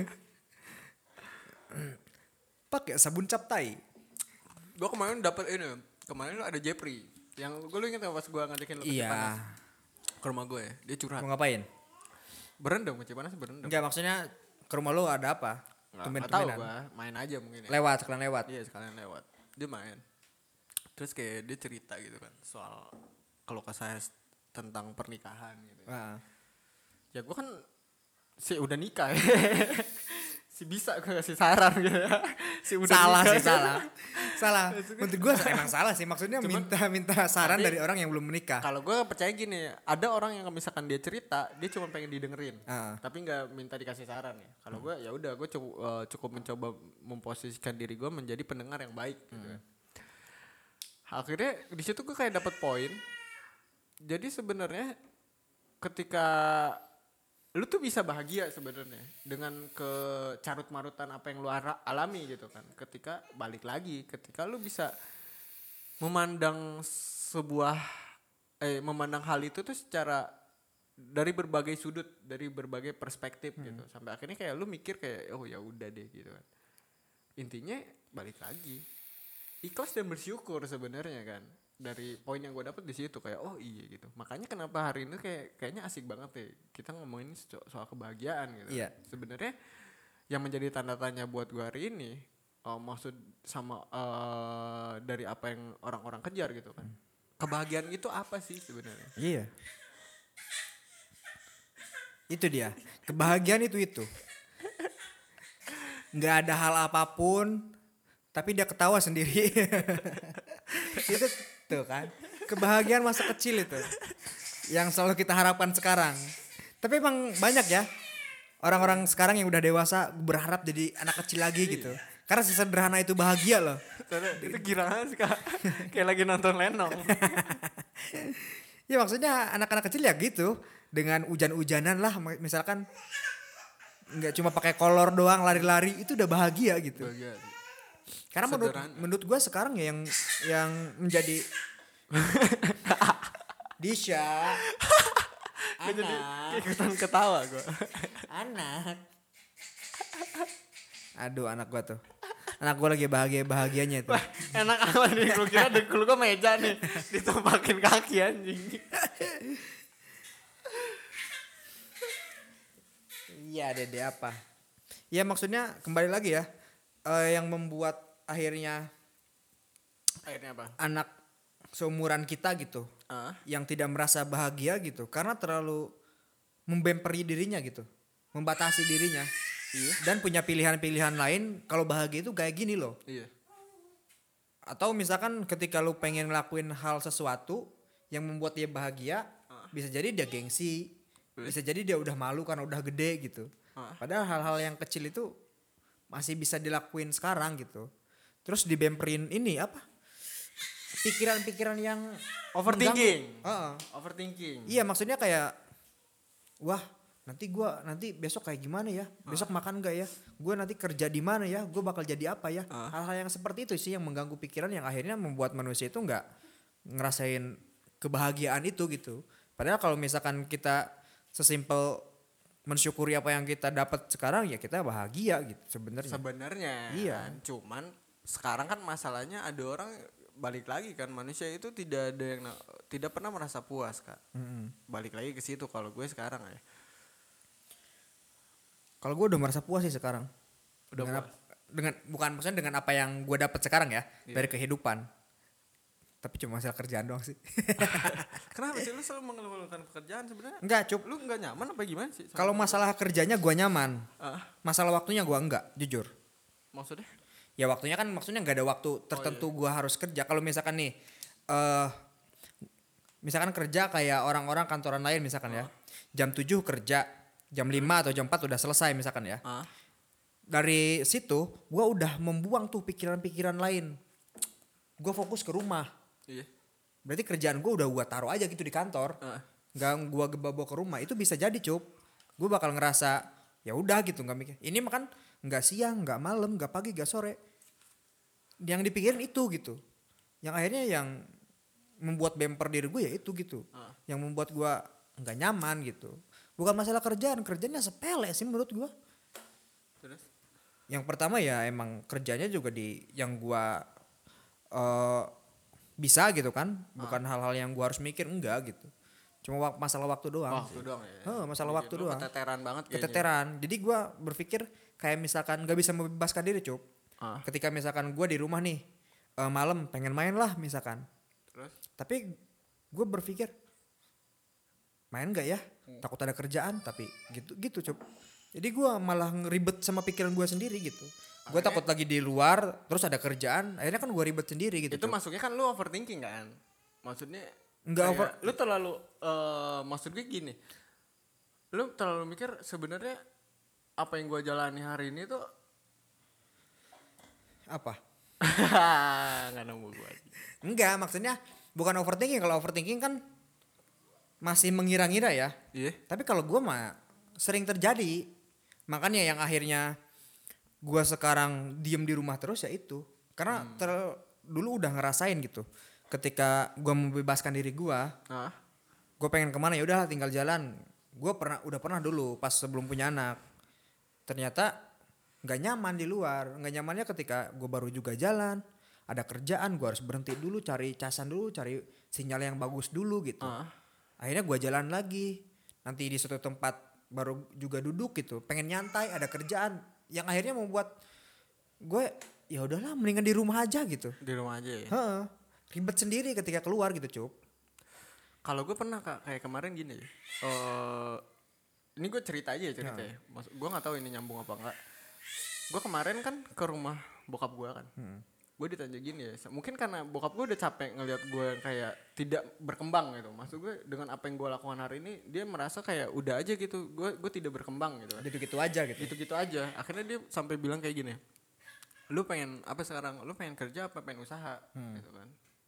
Pakai sabun cap tai. Gue kemarin dapat ini, kemarin lu ada Jepri. Yang gue lu inget gak pas gue ngajakin lu ke Iya. Cipanas? Ke rumah gue ya, dia curhat. Mau ngapain? Berendam ke Cipanas berendam. Enggak, maksudnya ke rumah lo ada apa? Nggak, nggak tahu Tumben-tumbenan. gue, main aja mungkin ya. Lewat, sekalian lewat. Iya sekalian lewat. Dia main. Terus kayak dia cerita gitu kan soal kalau kesah tentang pernikahan gitu. Nah. Ya gue kan si udah nikah ya. Si bisa gue kasih saran gitu ya. Si udah Salah nikah. sih, salah. Salah. Menurut gue emang salah sih. Maksudnya Cuman- minta minta saran tapi- dari orang yang belum menikah. Kalau gue percaya gini, ada orang yang misalkan dia cerita, dia cuma pengen didengerin, Ah. tapi nggak minta dikasih saran ya. Kalau gue ya udah, gue cukup, eh, cukup mencoba memposisikan diri gue menjadi pendengar yang baik. Gitu kan. Akhirnya di situ gue kayak dapat poin. Jadi sebenarnya ketika lu tuh bisa bahagia sebenarnya dengan kecarut marutan apa yang lu ara- alami gitu kan. Ketika balik lagi, ketika lu bisa memandang sebuah eh memandang hal itu tuh secara dari berbagai sudut, dari berbagai perspektif gitu. Sampai akhirnya kayak lu mikir kayak oh ya udah deh gitu kan. Intinya balik lagi. Ikhlas dan bersyukur sebenarnya kan. Dari poin yang gue dapet di situ kayak oh iya gitu. Makanya kenapa hari ini kayak kayaknya asik banget ya kita ngomongin so- soal kebahagiaan gitu. Iya. Sebenarnya yang menjadi tanda tanya buat gue hari ini oh, maksud sama eh, dari apa yang orang-orang kejar gitu kan. Kebahagiaan itu apa sih sebenarnya? Iya. Itu dia. Kebahagiaan itu itu. Nggak ada hal apapun, tapi dia ketawa sendiri. Itu tuh kan. Kebahagiaan masa kecil itu. Yang selalu kita harapkan sekarang. Tapi emang banyak ya. Orang-orang sekarang yang udah dewasa berharap jadi anak kecil lagi gitu. Karena sesederhana itu bahagia loh. Itu girangan sih kak. Kayak lagi nonton Lenong. Ya maksudnya anak-anak kecil ya gitu, dengan hujan-hujanan lah, misalkan nggak cuma pakai kolor doang lari-lari itu udah bahagia gitu. Bahagia sih. Karena menurut Sederhana. menurut gue sekarang ya yang yang menjadi Disha Jadi anak ikutan ketawa gue. anak aduh anak gue tuh anak gue lagi bahagia bahagianya itu. Enak amat nih, gue kira dengkul gue meja nih, ditumpakin kaki anjing. Iya dede apa ya maksudnya kembali lagi ya eh, yang membuat akhirnya Akhirnya apa? anak seumuran kita gitu Ah, yang tidak merasa bahagia gitu karena terlalu membemperi dirinya gitu, membatasi dirinya. iya. Dan punya pilihan-pilihan lain kalau bahagia itu kayak gini loh. Iya. Atau misalkan ketika lu pengen ngelakuin hal sesuatu yang membuat dia bahagia, Ah. bisa jadi dia gengsi, Boleh. bisa jadi dia udah malu karena udah gede gitu. Ah. Padahal hal-hal yang kecil itu masih bisa dilakuin sekarang gitu. Terus dibemperin ini apa? Pikiran-pikiran yang Overthinking. mengganggu. Heeh. Overthinking. Iya maksudnya kayak wah nanti gua nanti besok kayak gimana ya, besok makan gak ya, gue nanti kerja di mana ya, gue bakal jadi apa ya. Ah. Hal-hal yang seperti itu sih yang mengganggu pikiran yang akhirnya membuat manusia itu nggak ngerasain kebahagiaan itu gitu. Padahal kalau misalkan kita sesimpel mensyukuri apa yang kita dapat sekarang ya kita bahagia gitu sebenarnya. Sebenarnya. Iya. kan. Cuman sekarang kan masalahnya ada orang balik lagi kan, manusia itu tidak ada yang na- tidak pernah merasa puas kak. Mm-mm. Balik lagi ke situ kalau gue sekarang ya. Kalau gue udah merasa puas sih sekarang. Udah dengan, puas. ap- dengan bukan maksudnya dengan apa yang gue dapat sekarang ya Iya. dari kehidupan. Tapi cuma masalah kerjaan doang sih. Kenapa sih lu selalu mengeluhkan pekerjaan sebenarnya? Enggak, cup. Lu nggak nyaman apa gimana sih? sama- Kalau masalah kerjanya gue nyaman. Ah, Masalah waktunya gue enggak, jujur. maksudnya? Ya waktunya kan maksudnya nggak ada waktu tertentu gue harus kerja. Kalau misalkan nih, eh misalkan kerja kayak orang-orang kantoran lain misalkan ya, jam tujuh kerja, jam lima atau jam empat udah selesai misalkan ya. Ah, Dari situ gue udah membuang tuh pikiran-pikiran lain. Gue fokus ke rumah. iya. Berarti kerjaan gue udah gue taruh aja gitu di kantor, Ah, nggak gue bawa ke rumah. Itu bisa jadi cup. Gue bakal ngerasa ya udah gitu nggak mikir. Ini makan nggak siang, nggak malam, nggak pagi, nggak sore. Yang dipikirin itu gitu. Yang akhirnya yang membuat bemper diri gue ya itu gitu. Ah. Yang membuat gue nggak nyaman gitu. Bukan masalah kerjaan, kerjanya sepele sih menurut gue. terus? Yang pertama ya emang kerjanya juga di yang gue eh bisa gitu kan, bukan hal-hal yang gue harus mikir enggak gitu. Cuma wak- masalah waktu doang. Waktu sih. doang ya. Heeh, masalah Bikin waktu lu doang. Keteteran banget kayaknya. Keteteran. Jadi gue berpikir kayak misalkan nggak bisa membebaskan diri cup. Ah, Ketika misalkan gue di rumah nih eh, malam pengen main lah misalkan. terus? Tapi gue berpikir main nggak ya? Takut ada kerjaan tapi gitu gitu cup. Jadi gue malah ngeribet sama pikiran gue sendiri gitu. Gue Akhirnya- takut lagi di luar terus ada kerjaan. Akhirnya kan gue ribet sendiri gitu. Itu Cup. masuknya kan lu overthinking kan? Maksudnya Nggak kayak over- lu terlalu eh maksud gue gini. Lu terlalu mikir sebenarnya apa yang gua jalani hari ini tuh Apa? nggak nemu gua. Enggak, maksudnya bukan overthinking. Kalau overthinking kan masih mengira-ngira ya. Iya. Tapi kalau gue mah sering terjadi. Makanya yang akhirnya gue sekarang diem di rumah terus ya itu. Karena ter- dulu udah ngerasain gitu. Ketika gue membebaskan diri gue, Nah, gue pengen kemana ya udah tinggal jalan. Gue pernah udah pernah dulu pas sebelum punya anak. Ternyata nggak nyaman di luar. Nggak nyamannya ketika gue baru juga jalan. Ada kerjaan, gue harus berhenti dulu, cari casan dulu, cari sinyal yang bagus dulu gitu. ah, Akhirnya gue jalan lagi. Nanti di suatu tempat baru juga duduk gitu. Pengen nyantai, ada kerjaan. Yang akhirnya membuat gue ya udahlah mendingan di rumah aja gitu. di rumah aja ya. Heeh. Ribet sendiri ketika keluar gitu cup. Kalau gue pernah kak kayak kemarin gini. Eh ini gue cerita aja ya cerita ya. Maksud gue nggak tahu ini nyambung apa enggak. Gue kemarin kan ke rumah bokap gue kan. Gue ditanya gini ya. Mungkin karena bokap gue udah capek ngelihat gue yang kayak tidak berkembang gitu. Maksud gue dengan apa yang gue lakukan hari ini dia merasa kayak udah aja gitu. Gue gue tidak berkembang gitu kan. Gitu-gitu aja gitu. Gitu-gitu aja. Akhirnya dia sampai bilang kayak gini. Lu pengen apa sekarang? Lu pengen kerja apa pengen usaha? Gitu kan.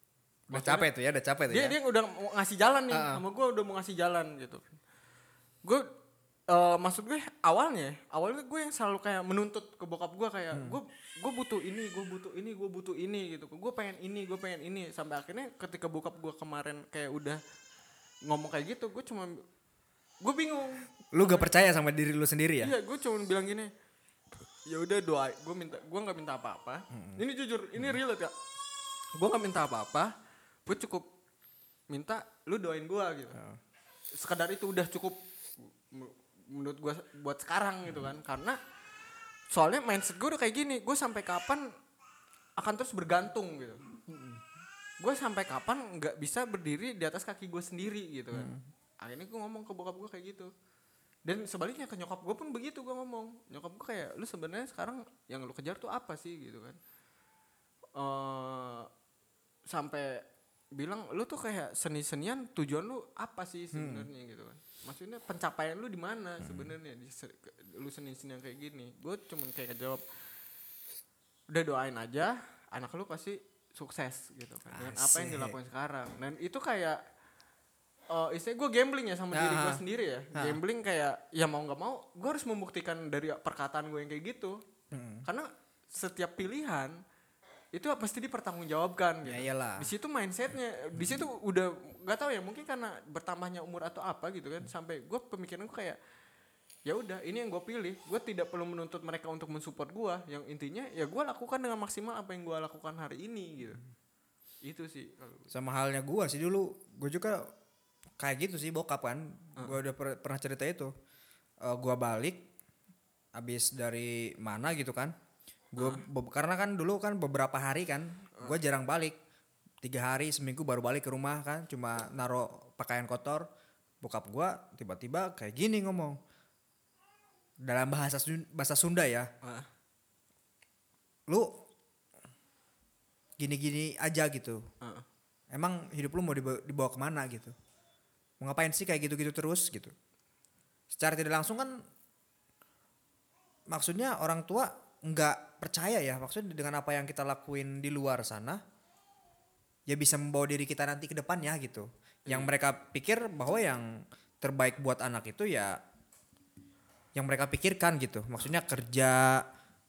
Udah capek tuh ya, udah capek tuh Dia ya. dia udah mau ngasih jalan nih Uh-uh. sama gue, udah mau ngasih jalan gitu. Gue uh, maksud gue awalnya, awalnya gue yang selalu kayak menuntut ke bokap gue kayak hmm. gue gue butuh ini, gue butuh ini, gue butuh ini gitu. Gue pengen ini, gue pengen ini. Sampai akhirnya ketika bokap gue kemarin kayak udah ngomong kayak gitu, gue cuma gue bingung. Lu gak percaya sama diri lu sendiri ya? Iya, gue cuma bilang gini. Ya udah doa, gue minta, gue nggak minta apa-apa. Hmm. Ini jujur, ini real ya. Gue nggak minta apa-apa. Gue cukup minta lu doain gue gitu. Oh. Sekadar itu udah cukup menurut gue buat sekarang gitu kan. Karena soalnya mindset gue udah kayak gini. Gue sampai kapan akan terus bergantung gitu. Hmm. Gue sampai kapan nggak bisa berdiri di atas kaki gue sendiri gitu kan. Hmm. Akhirnya gue ngomong ke bokap gue kayak gitu. Dan sebaliknya ke nyokap gue pun begitu, gue ngomong. Nyokap gue kayak, lu sebenarnya sekarang yang lu kejar tuh apa sih gitu kan. Uh, sampai bilang lu tuh kayak seni-senian, tujuan lu apa sih sebenarnya hmm. gitu kan. Maksudnya pencapaian lu di mana hmm. sebenarnya di lu seni-senian kayak gini. Gue cuman kayak jawab, udah doain aja anak lu pasti sukses gitu kan dengan apa yang dilakukan sekarang. Dan itu kayak uh, istilah gue gambling ya sama nah, diri gue sendiri ya. Nah. Gambling kayak ya mau nggak mau gue harus membuktikan dari perkataan gue yang kayak gitu. Hmm. Karena setiap pilihan itu pasti dipertanggungjawabkan gitu. Ya iyalah. Di situ mindsetnya, di situ udah nggak tahu ya, mungkin karena bertambahnya umur atau apa gitu kan, sampai gue pemikiran gue kayak ya udah ini yang gue pilih, gue tidak perlu menuntut mereka untuk mensupport gue, yang intinya ya gue lakukan dengan maksimal apa yang gue lakukan hari ini gitu. Itu sih. Sama halnya gue sih dulu, gue juga kayak gitu sih bokap kan, uh. gue udah per- pernah cerita itu, uh, gue balik, abis dari mana gitu kan. Gue uh. be- karena kan dulu kan beberapa hari kan gue uh. jarang balik, tiga hari seminggu baru balik ke rumah kan, cuma naro pakaian kotor. Bokap gue tiba-tiba kayak gini ngomong dalam bahasa bahasa Sunda ya, uh. lu gini-gini aja gitu, uh. emang hidup lu mau dibawa, dibawa kemana gitu, mau ngapain sih kayak gitu-gitu terus gitu. Secara tidak langsung kan maksudnya orang tua nggak percaya ya, maksudnya dengan apa yang kita lakuin di luar sana ya bisa membawa diri kita nanti ke depannya gitu. Yang mereka pikir bahwa yang terbaik buat anak itu ya yang mereka pikirkan gitu, maksudnya kerja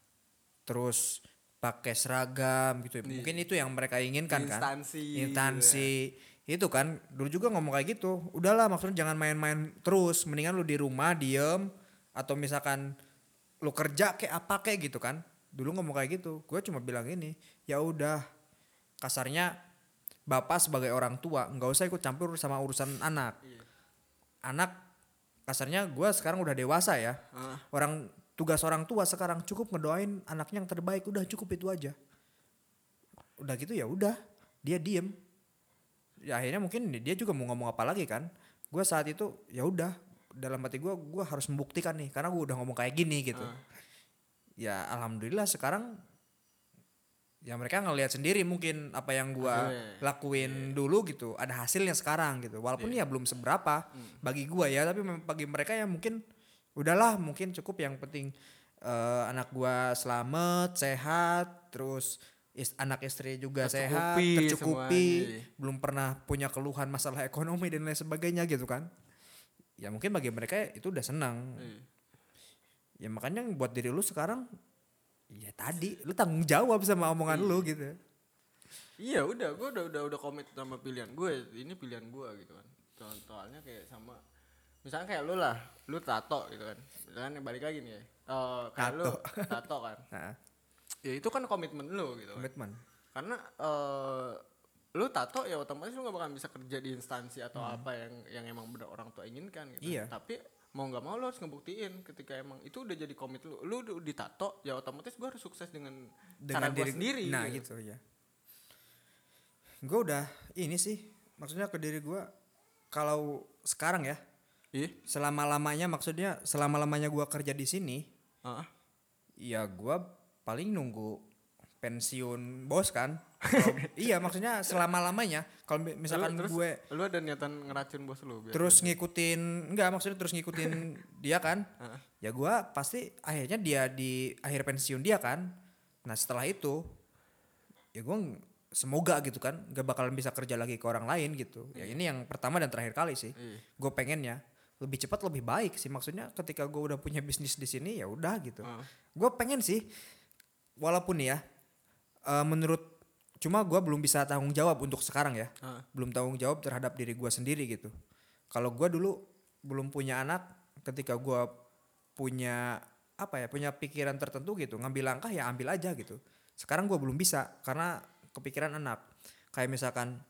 terus pakai seragam gitu, mungkin itu yang mereka inginkan kan, instansi instansi gitu ya. Itu kan dulu juga ngomong kayak gitu, udahlah maksudnya jangan main-main terus, mendingan lu di rumah diem atau misalkan lu kerja kayak apa kayak gitu kan. Dulu ngomong kayak gitu. Gue cuma bilang ini, ya udah, kasarnya bapak sebagai orang tua nggak usah ikut campur sama urusan anak. Iya. Anak kasarnya gue sekarang udah dewasa ya. Uh. Orang tugas orang tua sekarang cukup ngedoain anaknya yang terbaik, udah cukup itu aja. Udah gitu ya udah, dia diem. Ya akhirnya mungkin dia juga mau ngomong apa lagi kan. Gue saat itu ya udah, dalam hati gue, gue harus membuktikan nih karena gue udah ngomong kayak gini gitu. Uh. Ya alhamdulillah sekarang ya mereka ngelihat sendiri mungkin apa yang gue uh, lakuin yeah. dulu gitu, ada hasilnya sekarang gitu. Walaupun yeah. ya belum seberapa hmm. bagi gue ya, tapi bagi mereka ya mungkin udahlah, mungkin cukup, yang penting uh, anak gue selamat, sehat, terus is, anak istri juga tercukupi, sehat, tercukupi, semuanya. Belum pernah punya keluhan masalah ekonomi dan lain sebagainya gitu kan. Ya mungkin bagi mereka itu udah senang. Hmm. Ya makanya buat diri lu sekarang, ya tadi lu tanggung jawab sama omongan hmm. lu gitu. Iya udah, gue udah udah udah komit sama pilihan gue. Ini pilihan gue gitu kan. Soalnya kayak sama, misalnya kayak lu lah, lu tato gitu kan. Misalnya balik lagi nih ya. Uh, kayak tato. Lu tato kan. Nah. Ya itu kan komitmen lu gitu. Komitmen. Kan. Karena uh, lu tato ya otomatis lu gak bakal bisa kerja di instansi atau hmm. apa yang yang emang benar orang tua inginkan gitu. Iya. Tapi mau nggak mau lu harus ngebuktiin ketika emang itu udah jadi komit lu, lu udah ditato ya otomatis gue harus sukses dengan, dengan cara gue sendiri. Nah gitu, gitu ya. Gue udah ini sih, maksudnya ke diri gue kalau sekarang ya, Ih? selama lamanya maksudnya selama lamanya gue kerja di sini, uh-uh. ya gue paling nunggu pensiun bos kan. Kalo, iya maksudnya selama lamanya kalau misalkan lu, terus, gue lu ada niatan ngeracun bos lu biar terus biar. ngikutin enggak maksudnya terus ngikutin dia kan. Uh-huh. Ya gue pasti akhirnya dia di akhir pensiun dia kan. Nah setelah itu ya gue semoga gitu kan gak bakalan bisa kerja lagi ke orang lain gitu. Ya ini yang pertama dan terakhir kali sih. Iya. Gue pengennya lebih cepat lebih baik sih, maksudnya ketika gue udah punya bisnis di sini ya udah gitu. Uh. Gue pengen sih walaupun nih ya eh, menurut cuma gue belum bisa tanggung jawab untuk sekarang ya. Uh. Belum tanggung jawab terhadap diri gue sendiri gitu. Kalau gue dulu belum punya anak, ketika gue punya apa ya punya pikiran tertentu gitu, ngambil langkah ya ambil aja gitu. Sekarang gue belum bisa karena kepikiran anak. Kayak misalkan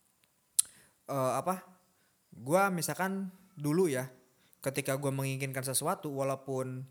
uh, apa gue misalkan dulu ya ketika gue menginginkan sesuatu walaupun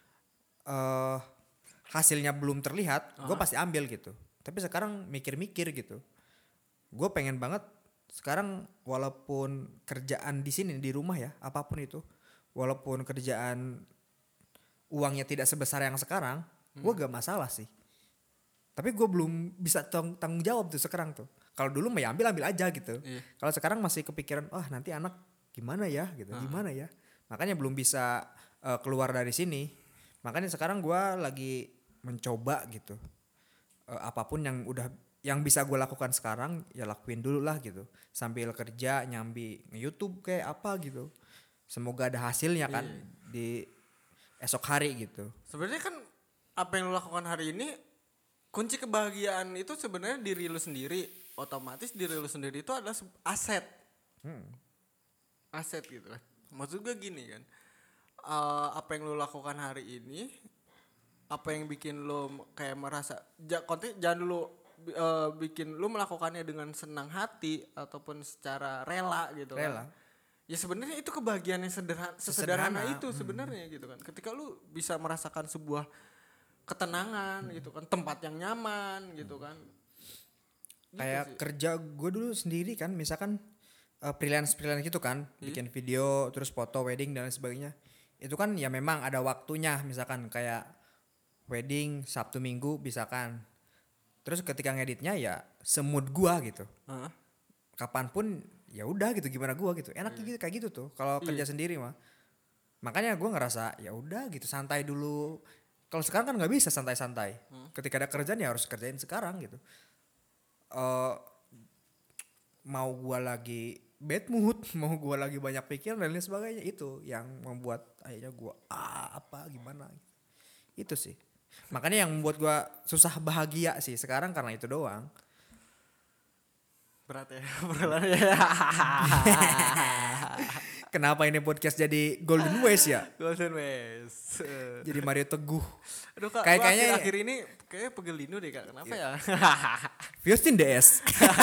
uh, hasilnya belum terlihat, gue pasti ambil gitu. Tapi sekarang mikir-mikir gitu, gue pengen banget sekarang walaupun kerjaan di sini di rumah ya apapun itu, walaupun kerjaan uangnya tidak sebesar yang sekarang, hmm. gue gak masalah sih. Tapi gue belum bisa tang- tanggung jawab tuh sekarang tuh. Kalau dulu mah ya ambil ambil aja gitu. Iya. Kalau sekarang masih kepikiran, wah nanti anak gimana ya gitu, uh. gimana ya. Makanya belum bisa uh, keluar dari sini. Makanya sekarang gue lagi mencoba gitu. Uh, apapun yang udah yang bisa gue lakukan sekarang ya lakuin dulu lah gitu. Sambil kerja nyambi nge-YouTube kayak apa gitu. Semoga ada hasilnya kan iya. di esok hari gitu. Sebenarnya kan apa yang lo lakukan hari ini, kunci kebahagiaan itu sebenarnya diri lu sendiri. Otomatis diri lu sendiri itu adalah aset. Hmm. Aset gitu kan. Maksud gue gini kan. Uh, apa yang lu lakukan hari ini, apa yang bikin lu kayak merasa j- konten jangan dulu uh, bikin lu melakukannya dengan senang hati ataupun secara rela gitu rela. kan. Ya sebenarnya itu kebahagiaan yang sederhana, sesederhana itu sebenarnya hmm. gitu kan. Ketika lu bisa merasakan sebuah ketenangan hmm. gitu kan, tempat yang nyaman gitu kan. Gitu kayak sih. Kerja gue dulu sendiri kan, misalkan uh, freelance freelance gitu kan, hmm. bikin video terus foto wedding dan lain sebagainya. Itu kan ya memang ada waktunya, misalkan kayak wedding Sabtu Minggu misalkan. Terus ketika ngeditnya ya semut gue gitu. Uh-huh. Kapanpun ya udah gitu, gimana gue gitu. Enak yeah. gitu kayak gitu tuh kalau yeah. kerja sendiri mah. Makanya gue ngerasa ya udah gitu, santai dulu. Kalau sekarang kan nggak bisa santai-santai. Hmm. Ketika ada kerjaan ya harus kerjain sekarang gitu. Uh, mau gue lagi bad mood, mau gue lagi banyak pikiran dan lain sebagainya, itu yang membuat akhirnya gue ah apa gimana. Itu sih. Makanya yang membuat gue susah bahagia sih sekarang karena itu doang. Berat ya perlahannya. Kenapa ini podcast jadi Golden Ways ya? Golden Ways. Jadi Mario Teguh. Aduh kak, kayak kayaknya akhir, akhir ini kayaknya pegelinu deh kak. Kenapa ya? Viostin D S.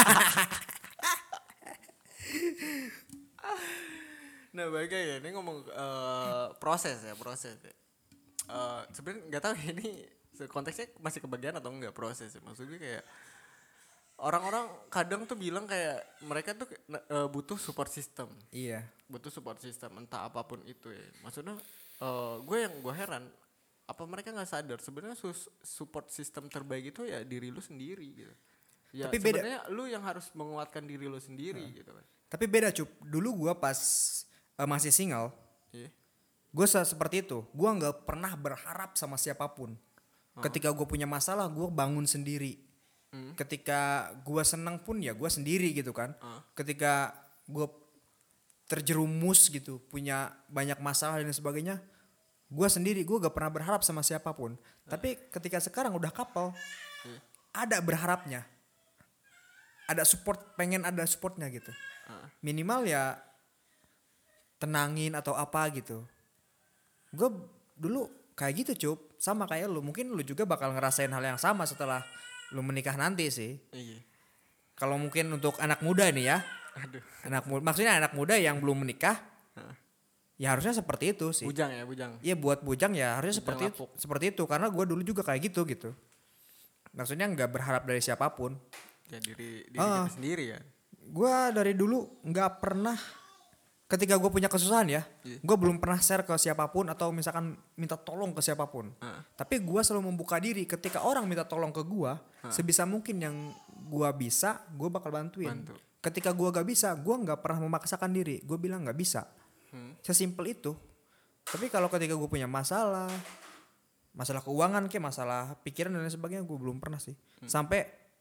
Nah baik ya, ini ngomong uh, proses ya proses. Ya. Uh, Sebenarnya nggak tahu ini konteksnya masih kebagian atau enggak proses. Ya. Maksudnya kayak orang-orang kadang tuh bilang kayak mereka tuh uh, butuh support system. Iya. Butuh support system entah apapun itu ya. Maksudnya uh, gue yang gue heran apa mereka nggak sadar sebenarnya support system terbaik itu ya diri lu sendiri gitu. Ya tapi sebenarnya lu yang harus menguatkan diri lu sendiri hmm. gitu kan. Tapi beda Cup. Dulu gue pas uh, masih single. Iya. Gue seperti itu. Gue nggak pernah berharap sama siapapun. Hmm. Ketika gue punya masalah gue bangun sendiri. Hmm. Ketika gue senang pun ya gue sendiri gitu kan. Uh. Ketika gue terjerumus gitu, punya banyak masalah dan sebagainya, gue sendiri, gue gak pernah berharap sama siapapun. Uh. Tapi ketika sekarang udah couple, uh. ada berharapnya, ada support, pengen ada supportnya gitu. Uh. Minimal ya tenangin atau apa gitu. Gue dulu kayak gitu Cup, sama kayak lu. Mungkin lu juga bakal ngerasain hal yang sama setelah lu menikah nanti sih. Iya. Kalau mungkin untuk anak muda nih ya. Aduh. Anak muda, maksudnya anak muda yang belum menikah. Huh. Ya harusnya seperti itu sih. Bujang ya, bujang. Iya buat bujang ya harusnya bujang seperti itu, seperti itu karena gue dulu juga kayak gitu gitu. Maksudnya nggak berharap dari siapapun. Ya diri diri uh, kita sendiri ya. Gue dari dulu nggak pernah. Ketika gue punya kesusahan ya, yeah. gue belum pernah share ke siapapun atau misalkan minta tolong ke siapapun. Uh. Tapi gue selalu membuka diri ketika orang minta tolong ke gue, uh. sebisa mungkin yang gue bisa, gue bakal bantuin. Bantu. Ketika gue gak bisa, gue nggak pernah memaksakan diri. Gue bilang nggak bisa, hmm. sesimpel itu. Tapi kalau ketika gue punya masalah, masalah keuangan kayak masalah pikiran dan lain sebagainya, gue belum pernah sih. Hmm. Sampai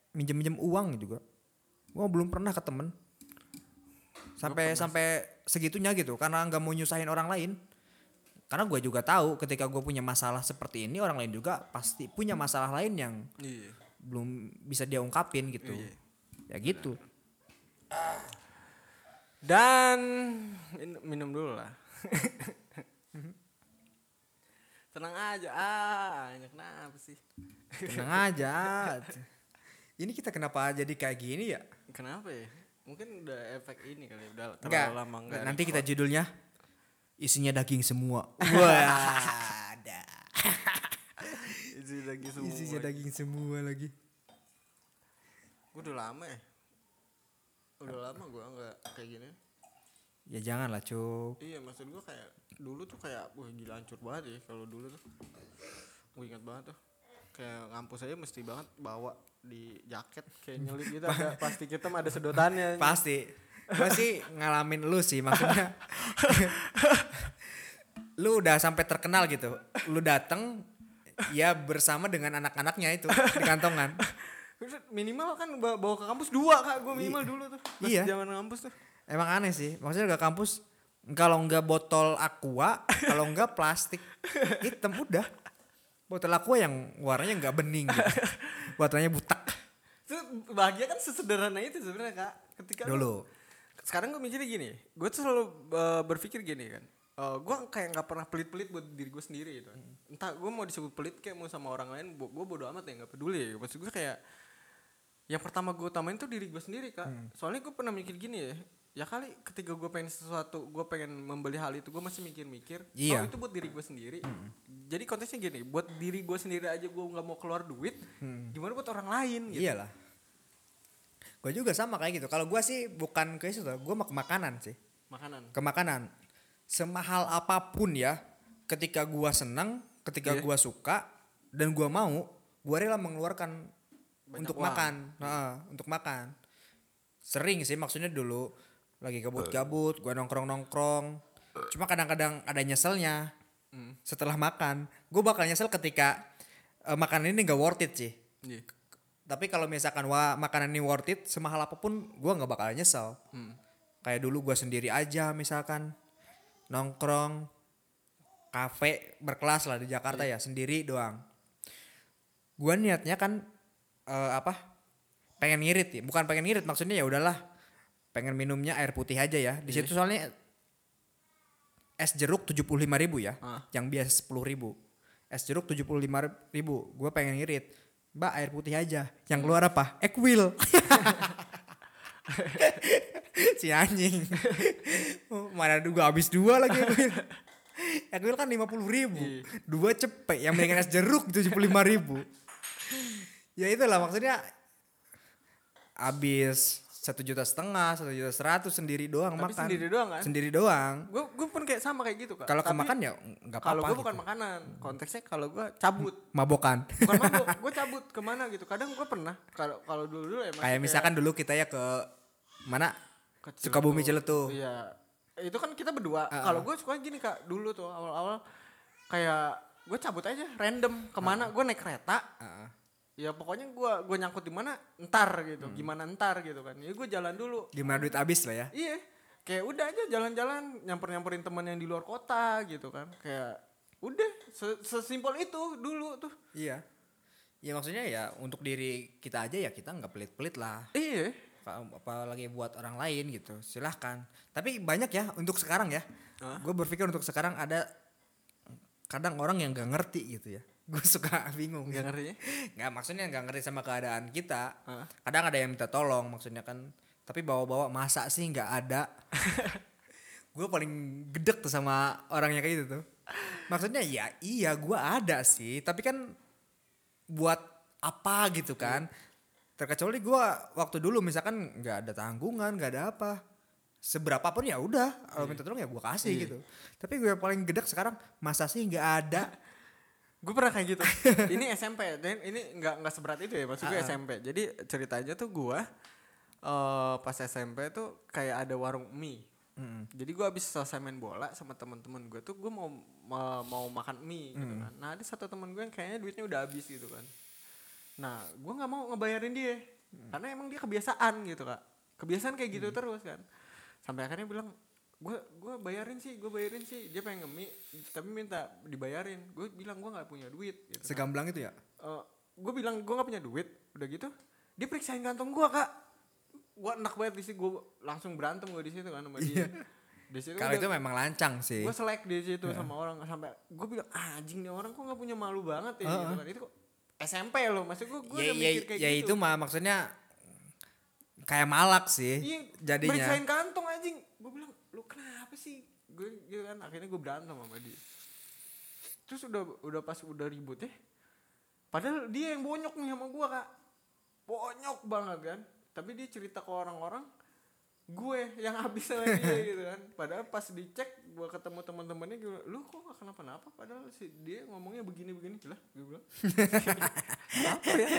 minjem-minjem uang juga. Gue belum pernah ke temen. Sampai sampai segitunya gitu karena nggak mau nyusahin orang lain. Karena gue juga tahu ketika gue punya masalah seperti ini orang lain juga pasti punya masalah lain yang Iya. belum bisa dia ungkapin gitu. Iya. Ya gitu. Dan min- minum dulu lah. Tenang aja, ah, banyak kenapa sih? Tenang aja. Ini kita kenapa jadi kayak gini ya? Kenapa ya? Mungkin udah efek ini kali, udah terlalu Enggak. lama enggak. Nanti kita record. judulnya isinya daging semua. Wah, ada. Isi lagi semua. Isinya daging semua lagi. Gue udah lama ya. Udah lama gue enggak kayak gini. Ya jangan lah, Cuk. Iya, maksud gue kayak dulu tuh kayak wah gila hancur banget ya kalau dulu tuh. Gue ingat banget tuh. Kayak ngampus aja mesti banget bawa di jaket kayak nyelip gitu ada plastik hitam ada sedotannya. Pasti. Gue sih ngalamin lu sih maksudnya. Lu udah sampai terkenal gitu. Lu dateng ya bersama dengan anak-anaknya itu di kantongan. Minimal kan bawa bawa ke kampus dua kak gue minimal dulu tuh. Pas Iya. zaman kampus tuh. Emang aneh sih. Maksudnya ke kampus kalau enggak botol aqua, kalau enggak plastik hitam udah. Botol aqua yang warnanya enggak bening gitu. Warnanya butak. Tuh bahagia kan sesederhana itu sebenarnya kak. Ketika lu- Dulu. sekarang gue mikirnya gini, gue tuh selalu uh, berpikir gini kan, uh, gue kayak nggak pernah pelit-pelit buat diri gue sendiri gitu. Entah gue mau disebut pelit kayak mau sama orang lain, gue bodo amat ya nggak peduli. Maksud gue kayak yang pertama gue utamain tuh diri gue sendiri kak. Soalnya gue pernah mikir gini ya, ya kali ketika gue pengen sesuatu, gue pengen membeli hal itu, gue masih mikir-mikir, Iya. oh itu buat diri gue sendiri. Jadi konteksnya gini, buat diri gue sendiri aja gue nggak mau keluar duit, gimana buat orang lain gitu. Iyalah. Gue juga sama kayak gitu. Kalau gue sih bukan ke situ, gue mau ke makanan sih. Makanan. Ke makanan. Semahal apapun ya, ketika gue senang, ketika Iya. gue suka dan gue mau, gue rela mengeluarkan Banyak untuk uang. makan, nah, untuk makan. Sering sih maksudnya dulu lagi gabut-gabut, gue nongkrong-nongkrong. Cuma kadang-kadang ada nyeselnya. Hmm. Setelah makan, gue bakal nyesel ketika eh, makanan ini gak worth it sih. Iya. Tapi kalau misalkan wah makanan ini worth it, semahal apapun gue nggak bakal nyesel. Hmm. Kayak dulu gue sendiri aja misalkan nongkrong kafe berkelas lah di Jakarta ya sendiri doang. Gue niatnya kan eh, apa? Pengen ngirit ya, bukan pengen ngirit maksudnya ya udahlah pengen minumnya air putih aja ya. Di situ soalnya es jeruk tujuh puluh lima ribu ya, Ah. yang biasa sepuluh ribu. Es jeruk tujuh puluh lima ribu, gue pengen ngirit. Mbak air putih aja. Yang keluar apa? Equil. Si anjing. Oh, mana juga habis dua lagi Equil. Equil kan lima puluh ribu. Iya. Dua cepet. Yang mendingan es jeruk tujuh puluh lima ribu. Ya itulah maksudnya. Habis satu juta setengah, satu juta seratus sendiri doang Tapi makan. sendiri doang kan? Sendiri doang. Gue gue pun kayak sama kayak gitu kak. Kalau Tapi kemakan ya nggak kalau apa-apa gue bukan gitu. makanan, konteksnya kalau gue cabut, Mabokan. bukan mabuk, gue cabut kemana gitu. Kadang gue pernah kalau kalau dulu dulu emang Kayak misalkan dulu kita ya ke mana? ke Sukabumi Ciletuh. Iya, itu kan kita berdua. Uh-uh. Kalau gue suka gini kak, dulu tuh awal-awal kayak gue cabut aja random kemana, gue naik kereta. Heeh. Ya pokoknya gue gue nyangkut di mana entar gitu, gimana entar gitu kan. Ya gue jalan dulu. Gimana duit habis lah ya? Iya, kayak udah aja jalan-jalan nyamper-nyamperin teman yang di luar kota gitu kan. Kayak udah se- sesimpel itu dulu tuh. Iya. Ya maksudnya ya untuk diri kita aja ya kita nggak pelit-pelit lah. Iya. Apa- Apalagi buat orang lain gitu. Silahkan. Tapi banyak ya untuk sekarang ya. Hah? Gue berpikir untuk sekarang ada kadang orang yang nggak ngerti gitu ya. Gue suka bingung. Gak ngertinya? Nggak maksudnya nggak ngerti sama keadaan kita. Hah? Kadang ada yang minta tolong maksudnya kan. Tapi bawa-bawa masa sih nggak ada. Gue paling gedek tuh sama orangnya kayak gitu tuh. Maksudnya ya iya gue ada sih. Tapi kan buat apa gitu kan. Terkecuali gue waktu dulu misalkan nggak ada tanggungan nggak ada apa. Seberapa pun ya udah. Kalau minta tolong ya gue kasih Iya. gitu. Tapi gue paling gedek sekarang masa sih nggak ada. Gue pernah kayak gitu. Ini S M P dan ini nggak nggak seberat itu ya, maksud gue Ah. S M P. Jadi ceritanya tuh gue eh pas S M P tuh kayak ada warung mie. Mm. Jadi gue habis selesai main bola sama teman-teman gue tuh gue mau ma- mau makan mie gitu kan. Nah ada satu teman gue yang kayaknya duitnya udah habis gitu kan. Nah gue nggak mau ngebayarin dia. Karena emang dia kebiasaan gitu kak, kebiasaan kayak gitu terus kan. Sampai akhirnya bilang, gue gue bayarin sih, gue bayarin sih. Dia pengen ngemi, tapi minta dibayarin. Gue bilang gue nggak punya duit. Gitu, Segamblang itu ya? uh, gue bilang gue nggak punya duit. Udah gitu, dia periksain kantong gue kak. Gue enak banget di situ, gue langsung berantem gue di situ kan sama dia. Di situ Kalau itu memang lancang sih. gue selek di situ sama orang, sampai gue bilang anjing nih orang kok nggak punya malu banget ya. Uh-uh. Gitu kan. Itu kok S M P loh, maksud gue gue Ya, udah ya, mikir kayak ya gitu. itu mah maksudnya kayak malak sih Iya, jadinya. periksain kantong anjing. Gue bilang lu kenapa sih? Gue gitu kan, akhirnya gue berantem sama dia. Terus udah udah pas udah ribut ya. Padahal dia yang bonyok nih sama gue kak, bonyok banget kan. Tapi dia cerita ke orang-orang, gue yang habis sama dia gitu kan. Padahal pas dicek, gue ketemu teman-temannya, gue bilang, lu kok gak kenapa-napa? Padahal si dia ngomongnya begini-begini lah, gue bilang. Apa ya?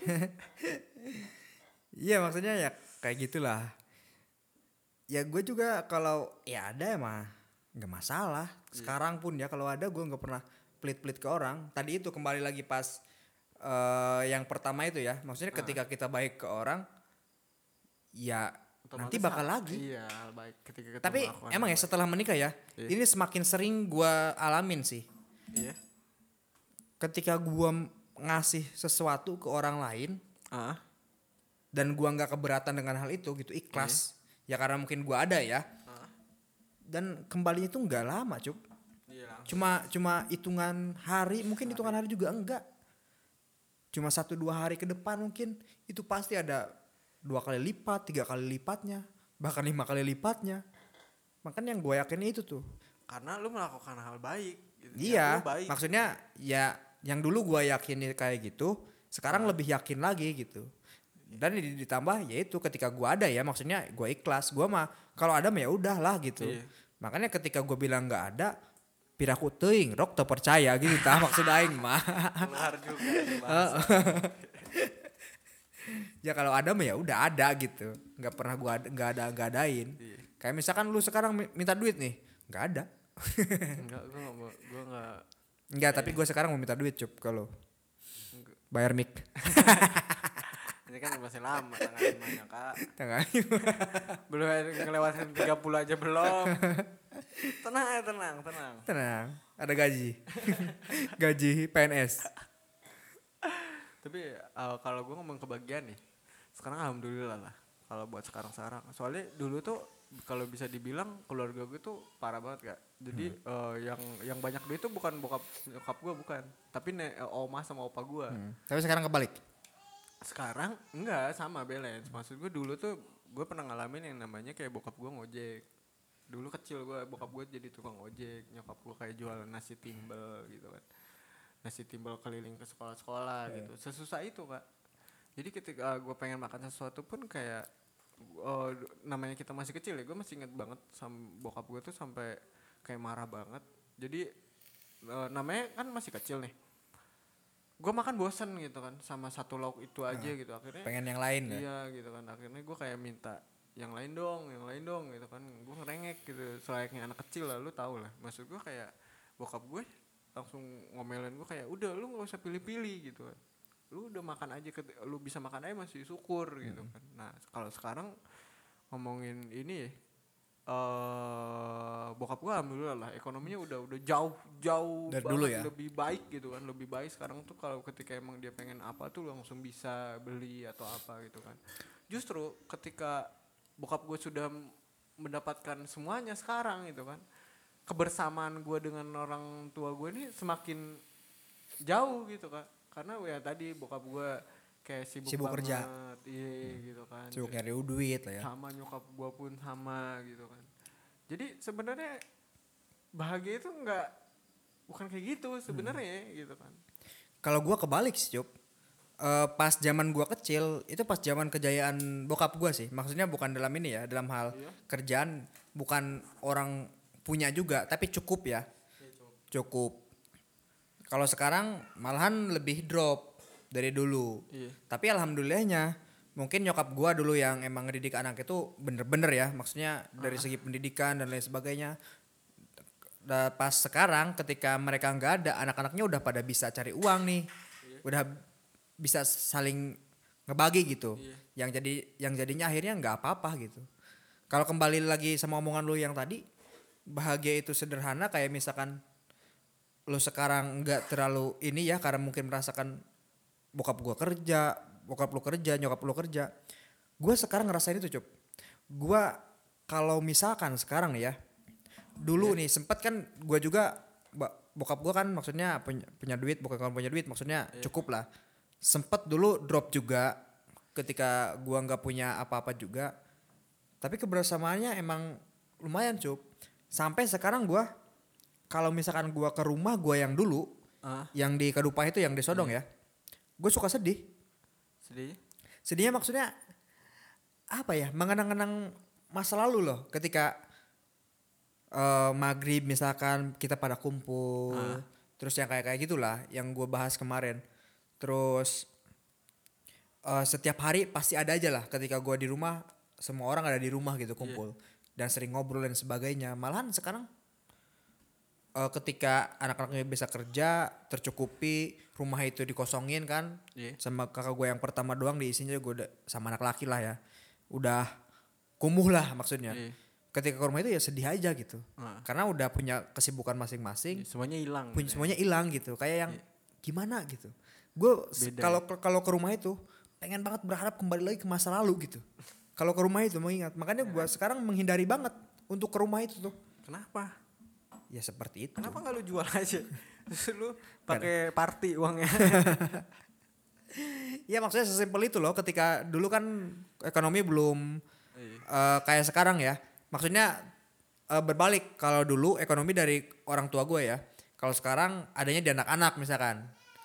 Iya maksudnya ya kayak gitulah. Ya gue juga kalau ya ada emang nggak masalah. Sekarang pun ya kalau ada gue nggak pernah pelit-pelit ke orang. Tadi itu kembali lagi pas uh, yang pertama itu ya. Maksudnya uh. ketika kita baik ke orang, ya otomatis nanti bakal lagi. Iya baik ketika kita tapi emang ya setelah menikah ya, iya. Ini semakin sering gue alamin sih. Iya. Ketika gue ngasih sesuatu ke orang lain, uh. dan gue nggak keberatan dengan hal itu gitu, ikhlas. Iya. Ya karena mungkin gue ada ya. Uh. Dan kembalinya itu nggak lama cup. Iya, cuma cuma hitungan hari, mungkin hitungan hari juga enggak. Cuma satu dua hari ke depan mungkin itu pasti ada dua kali lipat, tiga kali lipatnya, bahkan lima kali lipatnya. Makanya yang gue yakin itu tuh. Karena lu melakukan hal baik. Gitu. Iya, baik. Maksudnya ya yang dulu gue yakin kayak gitu, sekarang nah. lebih yakin lagi gitu. Dan ditambah yaitu ketika gue ada ya, maksudnya gue ikhlas, gue mah kalau ada mah ya udahlah gitu. Iya. Makanya ketika gue bilang nggak ada, piraku teuing, rok teu percaya gitu tah maksud aing mah. Keluar juga. Ya kalau ada mah ya udah ada gitu, nggak pernah gua nggak ada nggak adain. Iya. Kayak misalkan lu sekarang minta duit nih, nggak ada. Enggak, gua nggak, gua nggak. Enggak, tapi gua sekarang mau minta duit cup kalau bayar mic. Ini kan masih lama tangannya kak. Tangannya. Belum ngelewatin tiga puluh aja belum. Tenang ya tenang tenang. Tenang, ada gaji, gaji P N S. Tapi uh, kalau gue ngomong kebahagiaan nih, sekarang alhamdulillah lah. Kalau buat sekarang-sekarang, soalnya dulu tuh kalau bisa dibilang keluarga gue tuh parah banget kak. Jadi hmm. uh, yang yang banyak duit tuh bukan bokap nyokap gue bukan, tapi ne, uh, oma sama opa gue. Hmm. Tapi sekarang kebalik. Sekarang enggak sama balance. Maksud gue dulu tuh gue pernah ngalamin yang namanya kayak bokap gue ngojek. Dulu kecil gue bokap gue jadi tukang ojek, nyokap gue kayak jualan nasi timbel gitu kan. Nasi timbel keliling ke sekolah-sekolah yeah. gitu. Sesusah itu kak. Jadi ketika gue pengen makan sesuatu pun kayak uh, namanya kita masih kecil ya, gue masih inget banget sama bokap gue tuh sampai kayak marah banget. Jadi uh, namanya kan masih kecil nih. Gue makan bosen gitu kan sama satu lauk itu aja nah, gitu. Akhirnya pengen yang lain ya? Iya gitu kan. Akhirnya gue kayak minta yang lain dong, yang lain dong gitu kan. Gue ngerengek gitu. Selayaknya anak kecil lah, lu tau lah. Maksud gue kayak bokap gue langsung ngomelin gue kayak udah lu nggak usah pilih-pilih gitu kan, lu udah makan aja, lu bisa makan aja masih syukur gitu hmm. kan. Nah kalau sekarang ngomongin ini uh, bokap gue alhamdulillah lah ekonominya udah udah jauh jauh dari banget dulu ya? Lebih baik gitu kan, lebih baik sekarang tuh kalau ketika emang dia pengen apa tuh langsung bisa beli atau apa gitu kan. Justru ketika bokap gue sudah mendapatkan semuanya sekarang gitu kan, kebersamaan gue dengan orang tua gue ini semakin jauh gitu kak. Karena ya tadi bokap gue kayak sibuk, sibuk banget, kerja, iya hmm. gitu kan. Sibuk nyari duit lah ya. Sama nyokap gue pun sama gitu kan. Jadi sebenarnya bahagia itu nggak, bukan kayak gitu sebenarnya hmm. gitu kan. Kalau gue kebalik sih Cup. Uh, pas zaman gue kecil itu pas zaman kejayaan bokap gue sih. Maksudnya bukan dalam ini ya, dalam hal iya. kerjaan, bukan orang punya juga, tapi cukup ya, cukup. Kalau sekarang malahan lebih drop dari dulu. Iya. Tapi alhamdulillahnya, mungkin nyokap gua dulu yang emang ngedidik anak itu bener-bener ya, maksudnya dari uh-huh. segi pendidikan dan lain sebagainya. Dan pas sekarang ketika mereka nggak ada, anak-anaknya udah pada bisa cari uang nih, iya. udah bisa saling ngebagi gitu. Iya. Yang jadi yang jadinya akhirnya nggak apa-apa gitu. Kalau kembali lagi sama omongan lu yang tadi, bahagia itu sederhana kayak misalkan lu sekarang nggak terlalu ini ya karena mungkin merasakan bokap gua kerja, bokap lu kerja, nyokap lu kerja. Gua sekarang ngerasain itu, Cup. Gua kalau misalkan sekarang nih ya, dulu nih sempet kan gua juga ba- bokap gua kan maksudnya punya, punya duit, bukan kalau punya duit maksudnya cukup lah. Sempet dulu drop juga ketika gua nggak punya apa-apa juga. Tapi kebersamaannya emang lumayan, Cup. Sampai sekarang gua kalau misalkan gua ke rumah gua yang dulu, Ah, yang di Kadupah itu yang di Sodong ya, gue suka sedih. sedih. Sedihnya maksudnya apa ya? Mengenang-kenang masa lalu loh. Ketika eh, maghrib misalkan kita pada kumpul, Ah. terus yang kayak kayak gitulah, yang gue bahas kemarin. Terus eh, setiap hari pasti ada aja lah. Ketika gue di rumah, semua orang ada di rumah gitu kumpul dan sering ngobrol dan sebagainya. Malahan sekarang eh, ketika anak-anaknya bisa kerja tercukupi, rumah itu dikosongin kan, Iya. sama kakak gue yang pertama doang diisinya gue udah sama anak laki lah ya, udah kumuh lah maksudnya. Iya. Ketika ke rumah itu ya sedih aja gitu, Ah. karena udah punya kesibukan masing-masing, Semuanya hilang. punya gitu ya. semuanya hilang gitu, kayak yang gimana gitu. Gue Beda kalau kalau ke rumah itu pengen banget berharap kembali lagi ke masa lalu gitu. Kalau ke rumah itu mengingat, makanya gue sekarang menghindari banget untuk ke rumah itu tuh. Kenapa? Ya seperti itu. Kenapa nggak lu jual aja? Terus lu pakai party uangnya. Ya maksudnya sesimpel itu loh, ketika dulu kan ekonomi belum Iya. eh, kayak sekarang ya. Maksudnya eh, berbalik, kalau dulu ekonomi dari orang tua gue ya. Kalau sekarang adanya di anak-anak misalkan.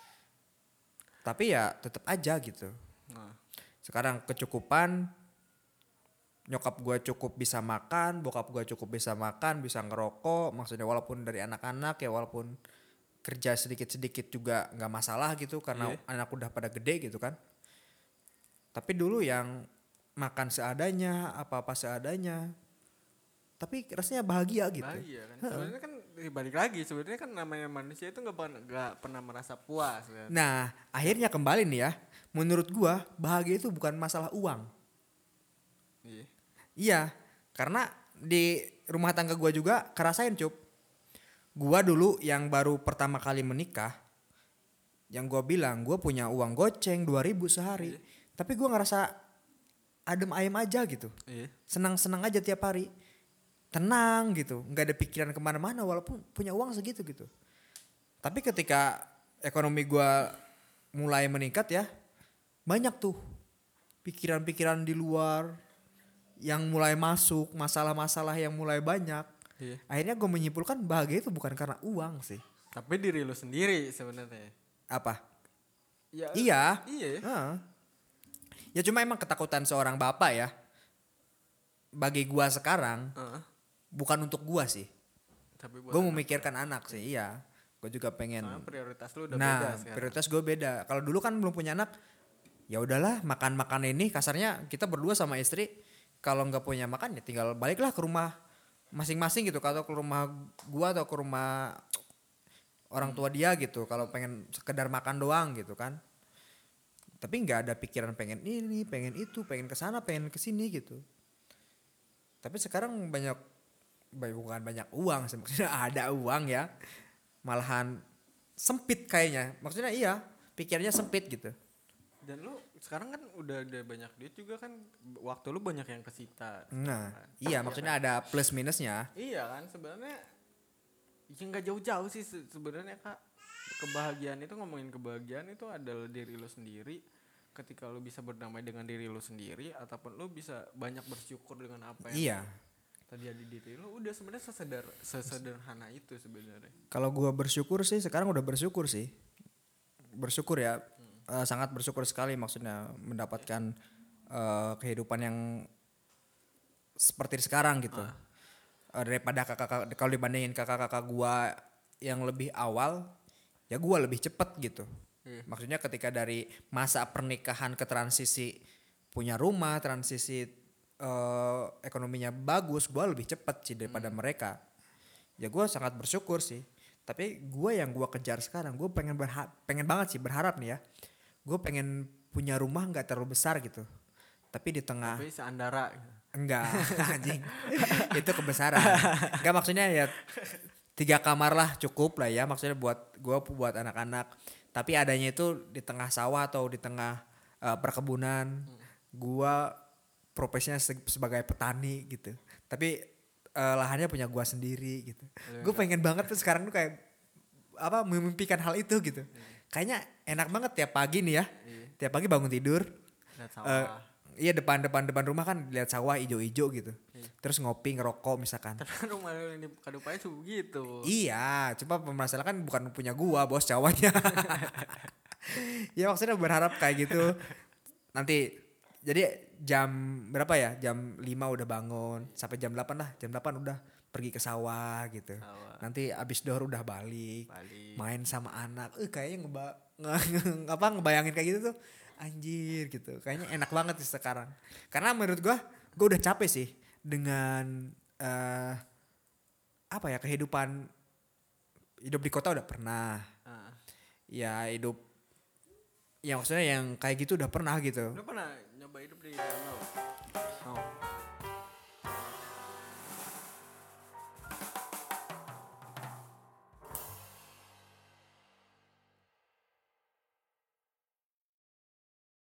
Tapi ya tetap aja gitu. Nah, Sekarang kecukupan, nyokap gue cukup bisa makan, bokap gue cukup bisa makan, bisa ngerokok. Maksudnya walaupun dari anak-anak ya, walaupun kerja sedikit-sedikit juga nggak masalah gitu karena Iya. anak udah pada gede gitu kan. Tapi dulu yang makan seadanya, apa-apa seadanya. Tapi rasanya bahagia gitu. bahagia kan. Sebenarnya kan eh, balik lagi sebenarnya kan namanya manusia itu nggak pernah nggak pernah merasa puas kan. Nah, akhirnya kembali nih ya. Menurut gua bahagia itu bukan masalah uang. Iya. Iya, karena di rumah tangga gua juga kerasain, Cup. Gua dulu yang baru pertama kali menikah, yang gua bilang gua punya uang goceng dua ribu sehari. Tapi gua ngerasa adem ayem aja gitu. Iya. Senang-senang aja tiap hari. Tenang gitu, nggak ada pikiran kemana-mana walaupun punya uang segitu gitu. Tapi ketika ekonomi gua mulai meningkat ya, banyak tuh pikiran-pikiran di luar yang mulai masuk, masalah-masalah yang mulai banyak. Iya. Akhirnya gue menyimpulkan bahagia itu bukan karena uang sih. Tapi diri lu sendiri sebenarnya. Apa? Ya, Iya. Iya. Heeh. Ya cuma emang ketakutan seorang bapak ya. Bagi gua sekarang Heeh. bukan untuk gua sih. Tapi buat Gue anak. memikirkan anak sih, iya. Gue juga pengen. Soalnya prioritas lu udah nah, beda sekarang. prioritas gue beda. Kalau dulu kan belum punya anak, ya udahlah makan-makan ini kasarnya kita berdua sama istri. Kalau nggak punya makan ya tinggal baliklah ke rumah masing-masing gitu. Kalau ke rumah gua atau ke rumah orang tua dia gitu. Kalau pengen sekedar makan doang gitu kan. Tapi nggak ada pikiran pengen ini, pengen itu, pengen kesana, pengen kesini gitu. Tapi sekarang banyak, bukan banyak uang sih, maksudnya ada uang ya. Malahan sempit kayaknya. Maksudnya iya, pikirnya sempit gitu. Dan lu sekarang kan udah ada banyak duit juga kan, waktu lu banyak yang kesita. Nah, Kan? iya maksudnya ada plus minusnya. Iya kan sebenarnya ya nggak jauh-jauh sih se- sebenarnya Kak. Kebahagiaan itu, ngomongin kebahagiaan itu adalah diri lu sendiri. Ketika lu bisa berdamai dengan diri lu sendiri ataupun lu bisa banyak bersyukur dengan apa yang Iya. tadi ada di diri lu, udah sebenarnya sesedar sesederhana itu sebenarnya. Kalau gua bersyukur sih sekarang udah bersyukur sih. Bersyukur ya. Eh, sangat bersyukur sekali maksudnya mendapatkan eh, kehidupan yang seperti sekarang gitu. Eh, daripada kakak kalau dibandingin kakak-kakak gua yang lebih awal, ya gua lebih cepet gitu. Iya. Maksudnya ketika dari masa pernikahan ke transisi punya rumah, transisi eh, ekonominya bagus, gua lebih cepet sih daripada mereka. Ya gua sangat bersyukur sih. Tapi gua yang gua kejar sekarang, gua pengen berha- pengen banget sih berharap nih ya. Gue pengen punya rumah nggak terlalu besar gitu. Tapi di tengah Tapi seandara. enggak anjing. Itu kebesaran. Enggak maksudnya ya tiga kamar lah cukup lah ya, maksudnya buat gua buat anak-anak. Tapi adanya itu di tengah sawah atau di tengah uh, perkebunan. Gua profesinya se- sebagai petani gitu. Tapi uh, lahannya punya gua sendiri gitu. Gue pengen banget tuh sekarang tuh kayak apa memimpikan hal itu gitu. Kayaknya enak banget tiap pagi nih ya. Iya. Tiap pagi bangun tidur. Lihat eh, sawah. iya depan depan depan rumah kan lihat sawah ijo-ijo gitu. Iya. Terus ngopi ngerokok misalkan. Karena rumah lu ini kadupanya tuh begitu. Iya, cuma permasalahan kan bukan punya gua, bos cowoknya. Ya maksudnya berharap kayak gitu. Nanti jadi jam berapa ya? Jam lima udah bangun sampai jam delapan lah. Jam delapan udah pergi ke sawah gitu. Sawah. Nanti abis dohor udah balik, Balik. main sama anak. Eh kayaknya ngeba nge- apa ngebayangin kayak gitu tuh anjir gitu. Kayaknya enak banget sih sekarang. Karena menurut gua, gua udah capek sih dengan eh apa ya kehidupan hidup di kota udah pernah. Ah. Ya hidup ya maksudnya yang kayak gitu udah pernah gitu. Lu pernah nyoba hidup di dalam